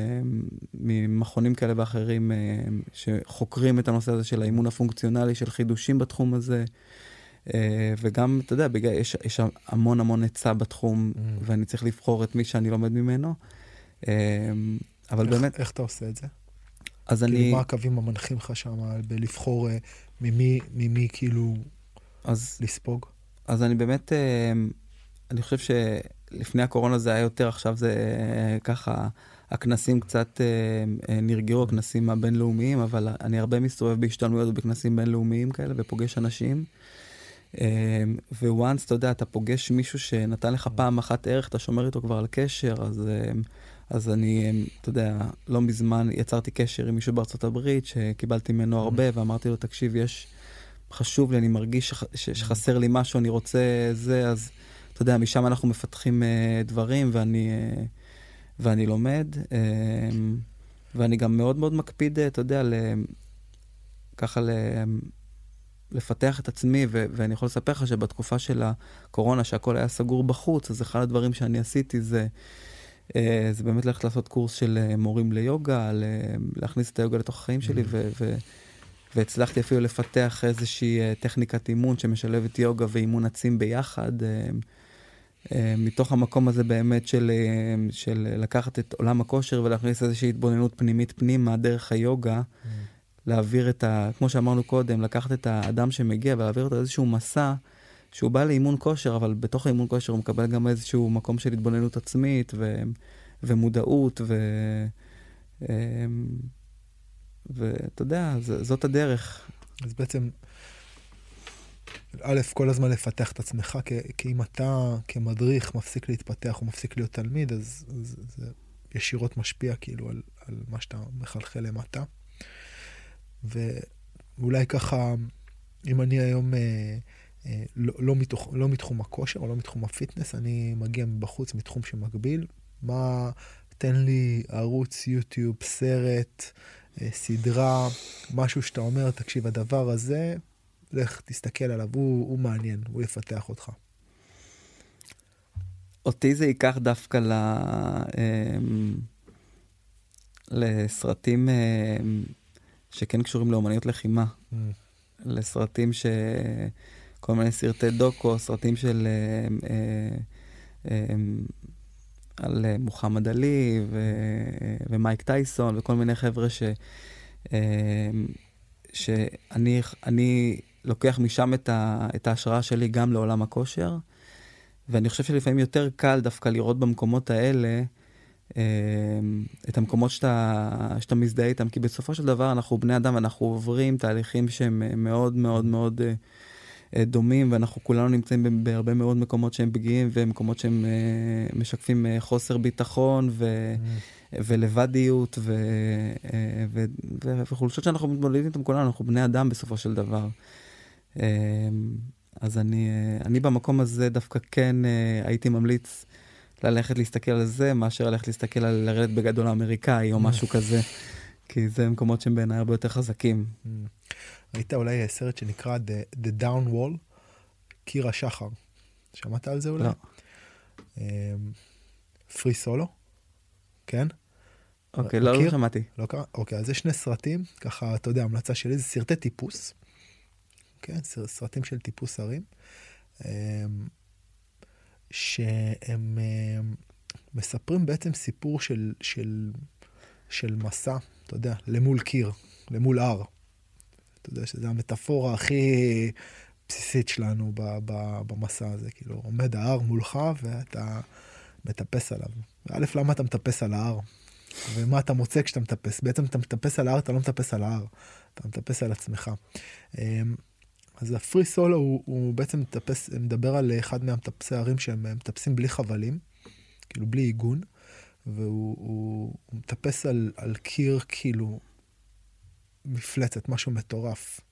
וממכונים כאלה ואחרים, אה, שחוקרים את הנושא הזה של האימון הפונקציונלי, של חידושים בתחום הזה. Uh, וגם, אתה יודע, בגלל, יש, יש המון המון היצע בתחום, mm. ואני צריך לבחור את מי שאני לומד ממנו. Uh, אבל איך, באמת... איך אתה עושה את זה? אז כאילו, אני... מה הקווים המנחים לך שם, בלבחור uh, ממי, ממי כאילו אז, לספוג? אז אני באמת, uh, אני חושב שלפני הקורונה זה היה יותר, עכשיו זה uh, ככה, הכנסים קצת uh, uh, נרגעו, הכנסים הבינלאומיים, אבל אני הרבה מסתובב בהשתלמויות בכנסים בינלאומיים כאלה, ופוגש אנשים. וואנס, אתה יודע, אתה פוגש מישהו שנתן לך פעם אחת ערך, אתה שומר איתו כבר על קשר, אז, אז אני, אתה יודע, לא מזמן יצרתי קשר עם מישהו בארצות הברית, שקיבלתי ממנו הרבה, ואמרתי לו, תקשיב, יש, חשוב לי, אני מרגיש שחסר לי משהו, אני רוצה זה, אז אתה יודע, משם אנחנו מפתחים דברים, ואני, ואני לומד, ואני גם מאוד מאוד מקפיד, אתה יודע, ככה ל... לפתח את עצמי, ו- ואני יכול לספר לך שבתקופה של הקורונה, שהכל היה סגור בחוץ, אז אחד הדברים שאני עשיתי זה, אה, זה באמת ללכת לעשות קורס של אה, מורים ליוגה, ל- להכניס את היוגה לתוך החיים שלי, ו- ו- והצלחתי אפילו לפתח איזושהי אה, טכניקת אימון שמשלבת יוגה ואימון עצים ביחד, אה, אה, מתוך המקום הזה באמת של, אה, של לקחת את עולם הכושר ולהכניס איזושהי התבוננות פנימית פנימה דרך היוגה, להעביר את ה... כמו שאמרנו קודם, לקחת את האדם שמגיע ולהעביר אותו איזשהו מסע, שהוא בא לאימון כושר, אבל בתוך האימון כושר הוא מקבל גם איזשהו מקום של התבוננות עצמית, ו... ומודעות, ו... ואתה יודע, ז... זאת הדרך. אז בעצם, א', כל הזמן לפתח את עצמך, כי, כי אם אתה כמדריך מפסיק להתפתח או מפסיק להיות תלמיד, אז, אז זה ישירות משפיע כאילו על, על מה שאתה מחלחל למטה. ואולי ככה, אם אני היום אה, אה, לא, לא, מתוך, לא מתחום הכושר או לא מתחום הפיטנס, אני מגיע מבחוץ, מתחום שמקביל, מה, תן לי ערוץ יוטיוב, סרט, אה, סדרה, משהו שאתה אומר, תקשיב, הדבר הזה, לך תסתכל עליו, הוא, הוא מעניין, הוא יפתח אותך. אותי זה ייקח דווקא ל, אה, לסרטים... אה, שכן קשורים לאומניות לחימה. Mm. לסרטים ש... כל מיני סרטי דוקו, סרטים של... אה, אה, אה, על מוחמד עלי ו... ומייק טייסון וכל מיני חבר'ה ש... אה, שאני אני לוקח משם את, ה... את ההשראה שלי גם לעולם הכושר, ואני חושב שלפעמים יותר קל דווקא לראות במקומות האלה את המקומות שאתה, שאתה מזדהה איתם, כי בסופו של דבר אנחנו בני אדם, ואנחנו עוברים תהליכים שהם מאוד מאוד מאוד דומים, ואנחנו כולנו נמצאים בהרבה מאוד מקומות שהם פגיעים, ומקומות שהם משקפים חוסר ביטחון, ו... ולבדיות, ו... ו... ו... וחולשות שאנחנו מתמודדים איתם כולנו, אנחנו בני אדם בסופו של דבר. אז אני, אני במקום הזה דווקא כן הייתי ממליץ ללכת להסתכל על זה, מאשר ללכת להסתכל על לרדת בגדול האמריקאי, או משהו כזה, כי זה מקומות שהם בעיניי הרבה יותר חזקים. ראית אולי סרט שנקרא The, The Down Wall, קיר השחר. שמעת על זה אולי? לא. פרי סולו? כן? אוקיי, לא, לא שמעתי. לא קרא? אוקיי, אז יש שני סרטים, ככה, אתה יודע, המלצה שלי, זה סרטי טיפוס. כן, סרטים של טיפוס הרים. שהם מספרים בעצם סיפור של, של, של מסע, אתה יודע, למול קיר, למול הר. אתה יודע שזו המטאפורה הכי בסיסית שלנו ב, ב, במסע הזה. כאילו, עומד ההר מולך ואתה מטפס עליו. א', למה אתה מטפס על ההר? ומה אתה מוצא כשאתה מטפס? בעצם אתה מטפס על ההר, אתה לא מטפס על ההר. אתה מטפס על עצמך. אז הפרי סולו הוא, הוא בעצם מטפס, מדבר על אחד מהמטפסי הערים שהם מטפסים בלי חבלים, כאילו בלי עיגון, והוא הוא, הוא מטפס על, על קיר כאילו מפלצת, משהו מטורף.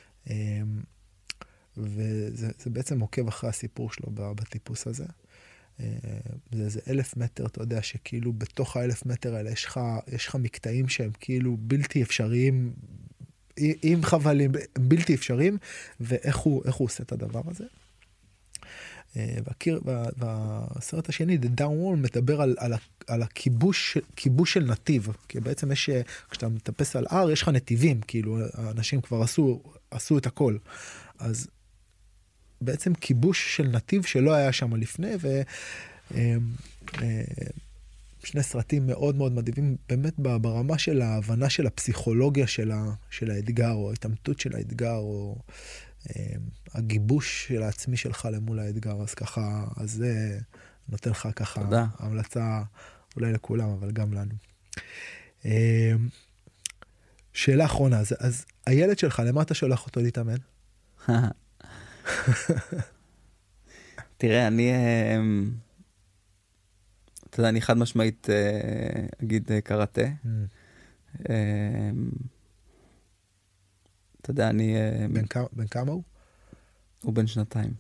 וזה זה בעצם עוקב אחרי הסיפור שלו בטיפוס הזה. זה איזה אלף מטר, אתה יודע שכאילו בתוך האלף מטר האלה יש לך, יש לך מקטעים שהם כאילו בלתי אפשריים, עם חבלים, בלתי אפשריים, ואיך הוא, איך הוא עושה את הדבר הזה. והקיר, והסרט השני, The Down Wall, מדבר על, על, על הכיבוש, כיבוש של נתיב, כי בעצם יש, כשאתה מטפס על הר, יש לך נתיבים, כאילו, האנשים כבר עשו, עשו את הכל. אז בעצם כיבוש של נתיב שלא היה שם לפני, ו... שני סרטים מאוד מאוד מדהימים, באמת ברמה של ההבנה של הפסיכולוגיה של, ה, של האתגר, או ההתאמתות של האתגר, או אה, הגיבוש של העצמי שלך למול האתגר. אז ככה, אז זה נותן לך ככה תודה. המלצה אולי לכולם, אבל גם לנו. אה, שאלה אחרונה, אז, אז הילד שלך, למה אתה שולח אותו להתאמן? תראה, אני... אתה יודע, אני חד משמעית אגיד קראטה. אתה יודע, אני... בן כמה הוא? הוא בן שנתיים.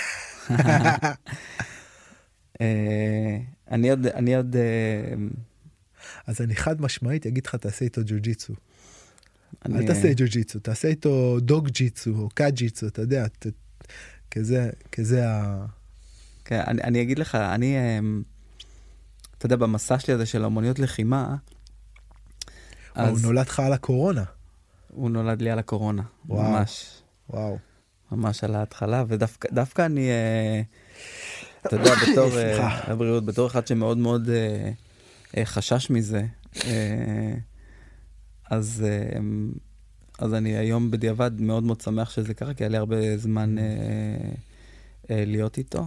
אני עוד... אני עוד... אז אני חד משמעית אגיד לך, תעשה איתו ג'ו-ג'יצו. אל תעשה ג'ו-ג'יצו, תעשה איתו דוג-ג'יצו או קאג'יצו, אתה יודע, כזה, כזה ה... כן, אני, אני אגיד לך, אני... אתה יודע, במסע שלי הזה של המוניות לחימה, אז... הוא נולד לך על הקורונה. הוא נולד לי על הקורונה, וואו. ממש. וואו. ממש על ההתחלה, ודווקא דווקא אני, אתה יודע, בתור הבריאות, בתור אחד שמאוד מאוד חשש מזה, אז, אז אני היום בדיעבד מאוד מאוד שמח שזה קרה, כי היה לי הרבה זמן להיות איתו.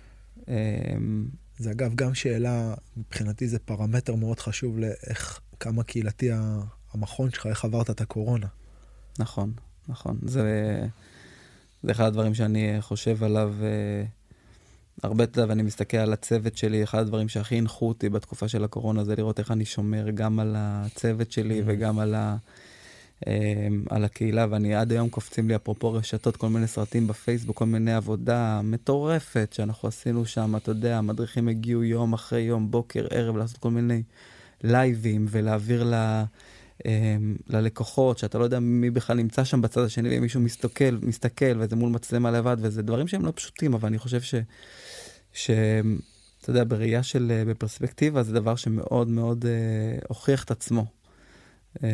זה אגב גם שאלה, מבחינתי זה פרמטר מאוד חשוב לאיך, כמה קהילתי המכון שלך, איך עברת את הקורונה. נכון, נכון. זה, זה אחד הדברים שאני חושב עליו הרבה, ואני מסתכל על הצוות שלי, אחד הדברים שהכי הנחו אותי בתקופה של הקורונה, זה לראות איך אני שומר גם על הצוות שלי וגם על ה... על הקהילה, ואני עד היום קופצים לי אפרופו רשתות, כל מיני סרטים בפייסבוק, כל מיני עבודה מטורפת שאנחנו עשינו שם, אתה יודע, המדריכים הגיעו יום אחרי יום, בוקר, ערב, לעשות כל מיני לייבים, ולהעביר ל, ללקוחות, שאתה לא יודע מי בכלל נמצא שם בצד השני, ומישהו מסתכל, מסתכל, וזה מול מצלמה לבד, וזה דברים שהם לא פשוטים, אבל אני חושב ש, ש אתה יודע, בראייה של, בפרספקטיבה, זה דבר שמאוד מאוד אה, הוכיח את עצמו. אה,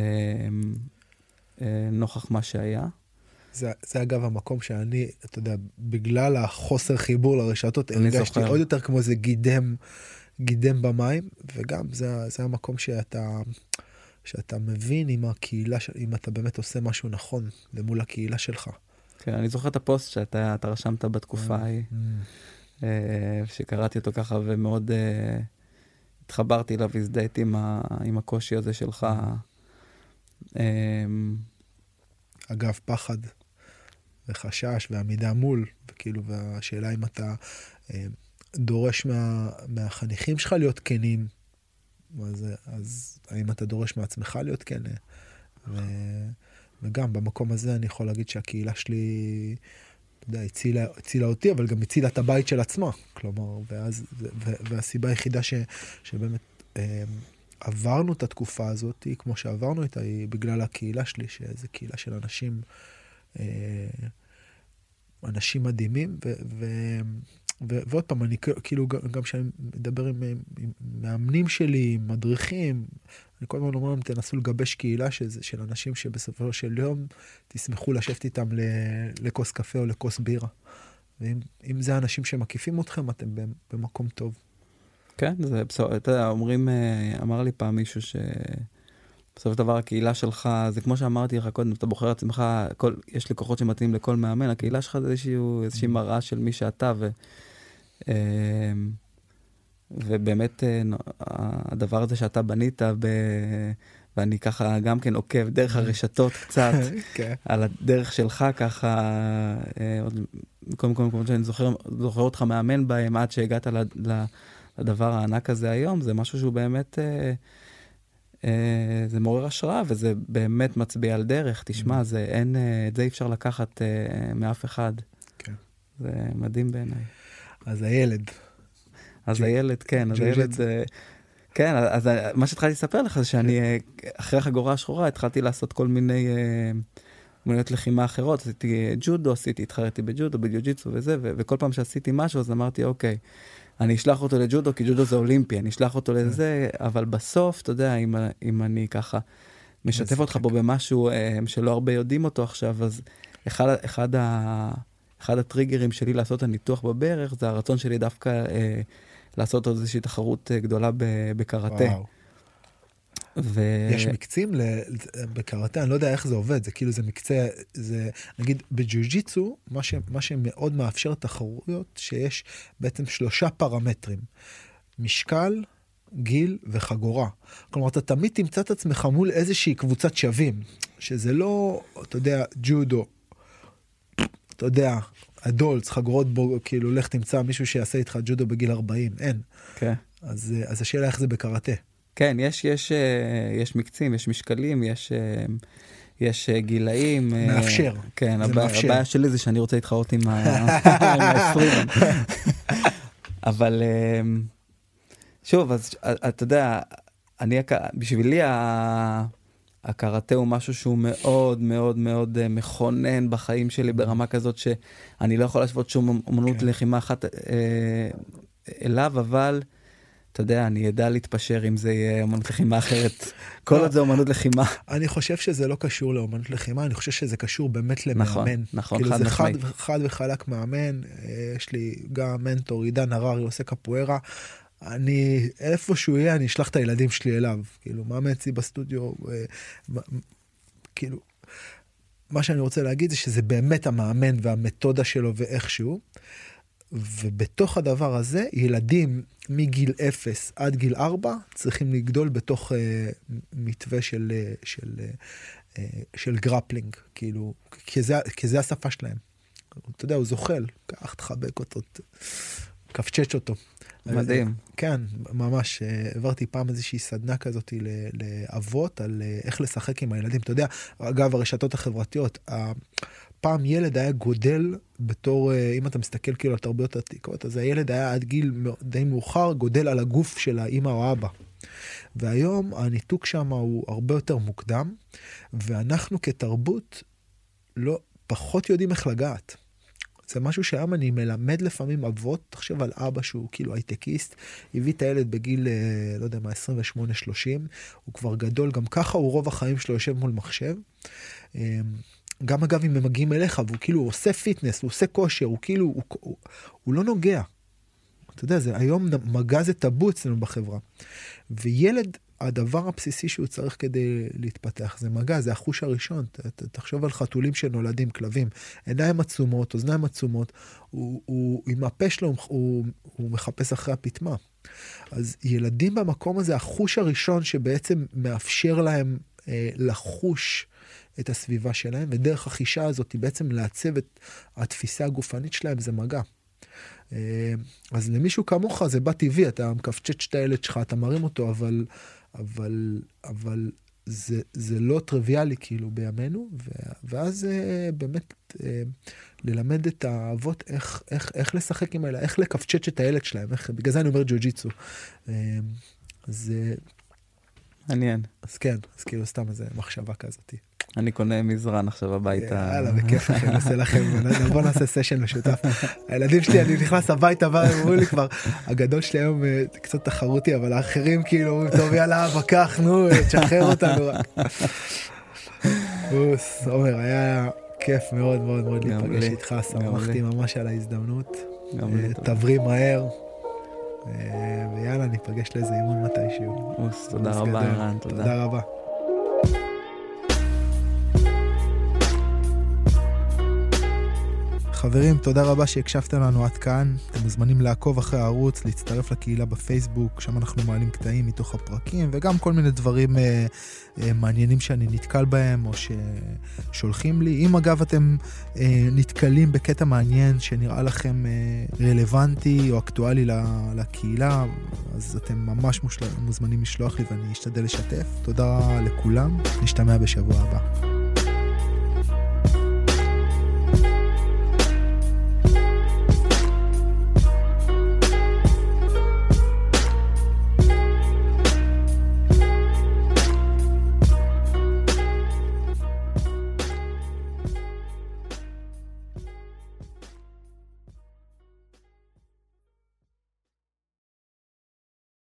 נוכח מה שהיה. זה, זה אגב המקום שאני, אתה יודע, בגלל החוסר חיבור לרשתות, הרגשתי עוד יותר כמו זה גידם, גידם במים, וגם זה, זה המקום שאתה, שאתה מבין עם הקהילה, אם אתה באמת עושה משהו נכון למול הקהילה שלך. כן, אני זוכר את הפוסט שאתה אתה רשמת בתקופה ההיא, שקראתי אותו ככה, ומאוד התחברתי אליו, הזדהיתי עם, ה, עם הקושי הזה שלך. אגב, פחד וחשש ועמידה מול, וכאילו, והשאלה אם אתה דורש מה, מהחניכים שלך להיות כנים, אז, אז האם אתה דורש מעצמך להיות כן? ו, וגם במקום הזה אני יכול להגיד שהקהילה שלי, אתה יודע, הצילה, הצילה אותי, אבל גם הצילה את הבית של עצמה. כלומר, ואז, ו, והסיבה היחידה ש, שבאמת אה, עברנו את התקופה הזאת, כמו שעברנו איתה, היא בגלל הקהילה שלי, שזו קהילה של אנשים, אה, אנשים מדהימים, ו, ו, ו, ועוד פעם, אני כאילו, גם כשאני מדבר עם, עם מאמנים שלי, עם מדריכים, אני כל הזמן אומר להם, תנסו לגבש קהילה של, של אנשים שבסופו של יום תשמחו לשבת איתם לכוס קפה או לכוס בירה. ואם אם זה אנשים שמקיפים אתכם, אתם במקום טוב. כן, זה בסדר. אתה יודע, אומרים, אמר לי פעם מישהו שבסוף דבר הקהילה שלך, זה כמו שאמרתי לך קודם, אתה בוחר עצמך, כל, יש לקוחות שמתאים לכל מאמן, הקהילה שלך זה איזשהו, איזושהי מראה של מי שאתה, ו... ובאמת הדבר הזה שאתה בנית ב... ואני ככה גם כן עוקב דרך הרשתות קצת על הדרך שלך ככה קודם כל כמו שאני זוכר, זוכר אותך מאמן בהם עד שהגעת לדבר הענק הזה היום, זה משהו שהוא באמת זה מעורר השראה וזה באמת מצביע על דרך, תשמע, זה אין, את זה אי אפשר לקחת מאף אחד. זה מדהים בעיניי. אז הילד אז הילד, כן, אז הילד, כן, אז מה שהתחלתי לספר לך זה שאני, אחרי החגורה השחורה, התחלתי לעשות כל מיני מוניות לחימה אחרות, עשיתי ג'ודו, עשיתי, התחרתי בג'ודו, בג'יוג'יצו וזה, וכל פעם שעשיתי משהו, אז אמרתי, אוקיי, אני אשלח אותו לג'ודו, כי ג'ודו זה אולימפי, אני אשלח אותו לזה, אבל בסוף, אתה יודע, אם אני ככה משתף אותך פה במשהו שלא הרבה יודעים אותו עכשיו, אז אחד ה... אחד הטריגרים שלי לעשות הניתוח בברך, זה הרצון שלי דווקא אה, לעשות עוד איזושהי תחרות גדולה בקראטה. וואו. ו... יש מקצים בקראטה, אני לא יודע איך זה עובד, זה כאילו זה מקצה, זה, נגיד בג'יוג'יצו, מה, ש... מה שמאוד מאפשר תחרויות, שיש בעצם שלושה פרמטרים, משקל, גיל וחגורה. כלומר, אתה תמיד תמצא את עצמך מול איזושהי קבוצת שווים, שזה לא, אתה יודע, ג'ודו, אתה יודע, הדולץ, חגורות בו, כאילו, לך תמצא מישהו שיעשה איתך ג'ודו בגיל ארבעים, אין. כן. אז, אז השאלה איך זה בקראטה. כן, יש, יש, יש מקצים, יש משקלים, יש, יש גילאים. מאפשר. כן, הבע, הבעיה שלי זה שאני רוצה להתחרות עם ה-עשרים. אבל, שוב, אז אתה יודע, אני, בשבילי ה... הקראטה הוא משהו שהוא מאוד מאוד מאוד מכונן בחיים שלי ברמה כזאת שאני לא יכול להשוות שום אומנות לחימה אחת אליו, אבל אתה יודע, אני ידע להתפשר אם זה יהיה אומנות לחימה אחרת. כל עוד זה אומנות לחימה. אני חושב שזה לא קשור לאומנות לחימה, אני חושב שזה קשור באמת למאמן. נכון, חד משמעית. זה חד וחלק מאמן, יש לי גם מנטור, עידן הררי, עושה קפוארה, אני, איפה שהוא יהיה, אני אשלח את הילדים שלי אליו. כאילו, מה מעצי בסטודיו, כאילו, מה שאני רוצה להגיד זה שזה באמת המאמן והמתודה שלו ואיכשהו, ובתוך הדבר הזה, ילדים מגיל אפס עד גיל ארבע, צריכים לגדול בתוך uh, מתווה של, uh, של, uh, של גרפלינג, כאילו, כי זה, כי זה השפה שלהם. אתה יודע, הוא זוחל, כך תחבק אותו, קפצ'ץ' אותו. מדהים. כן, ממש, עברתי פעם איזושהי סדנה כזאת לאבות על איך לשחק עם הילדים. אתה יודע, אגב, הרשתות החברתיות, פעם ילד היה גודל בתור, אם אתה מסתכל כאילו על תרבויות עתיקות, אז הילד היה עד גיל די מאוחר גודל על הגוף של האמא או האבא. והיום הניתוק שם הוא הרבה יותר מוקדם, ואנחנו כתרבות לא, פחות יודעים איך לגעת. זה משהו שהיום אני מלמד לפעמים אבות, תחשב על אבא שהוא כאילו הייטקיסט, הביא את הילד בגיל, לא יודע מה, עשרים ושמונה שלושים, הוא כבר גדול, גם ככה הוא רוב החיים שלו יושב מול מחשב. גם אגב אם הם מגיעים אליך, והוא כאילו עושה פיטנס, הוא עושה כושר, הוא כאילו, הוא, הוא, הוא לא נוגע. אתה יודע, זה היום מגע זה טאבו אצלנו בחברה. וילד, הדבר הבסיסי שהוא צריך כדי להתפתח, זה מגע, זה החוש הראשון. ת, ת, תחשוב על חתולים שנולדים, כלבים, עיניים עצומות, אוזניים עצומות, הוא, הוא, עם הפה שלו, הוא, הוא מחפש אחרי הפתמה. אז ילדים במקום הזה, החוש הראשון שבעצם מאפשר להם אה, לחוש את הסביבה שלהם, ודרך החישה הזאת היא בעצם לעצב את התפיסה הגופנית שלהם, זה מגע. אה, אז למישהו כמוך זה בא טבעי, אתה מקפצ'ץ' את הילד שלך, אתה מרים אותו, אבל, אבל, אבל זה, זה לא טריוויאלי כאילו בימינו, ואז אה, באמת אה, ללמד את האבות איך, איך, איך לשחק עם האלה, איך לקפצ'ץ' את הילד שלהם, איך, בגלל זה אני אומר ג'ו-ג'יצו. אה, זה... מעניין. אז כן, אז כאילו סתם איזה מחשבה כזאת. אני קונה מזרן עכשיו הביתה. יאללה, בכיף לכם, נעשה לכם, בוא נעשה סשן משותף. הילדים שלי, אני נכנס הביתה, הם אומרים לי כבר, הגדול שלי היום קצת תחרותי, אבל האחרים כאילו אומרים, טוב, יאללה, אבא, קח, נו, תשחרר אותנו. אוס, עומר, היה כיף מאוד מאוד מאוד להיפגש איתך, שמחתי ממש על ההזדמנות. תבריא מהר. ויאללה, ניפגש לאיזה אימון מתישהו. אוס, תודה רבה, ערן, תודה. תודה רבה. חברים, תודה רבה שהקשבתם לנו עד כאן. אתם מוזמנים לעקוב אחרי הערוץ, להצטרף לקהילה בפייסבוק, שם אנחנו מעלים קטעים מתוך הפרקים, וגם כל מיני דברים אה, אה, מעניינים שאני נתקל בהם, או ששולחים לי. אם אגב אתם אה, נתקלים בקטע מעניין שנראה לכם אה, רלוונטי או אקטואלי לקהילה, אז אתם ממש מושל... מוזמנים לשלוח לי ואני אשתדל לשתף. תודה לכולם, נשתמע בשבוע הבא.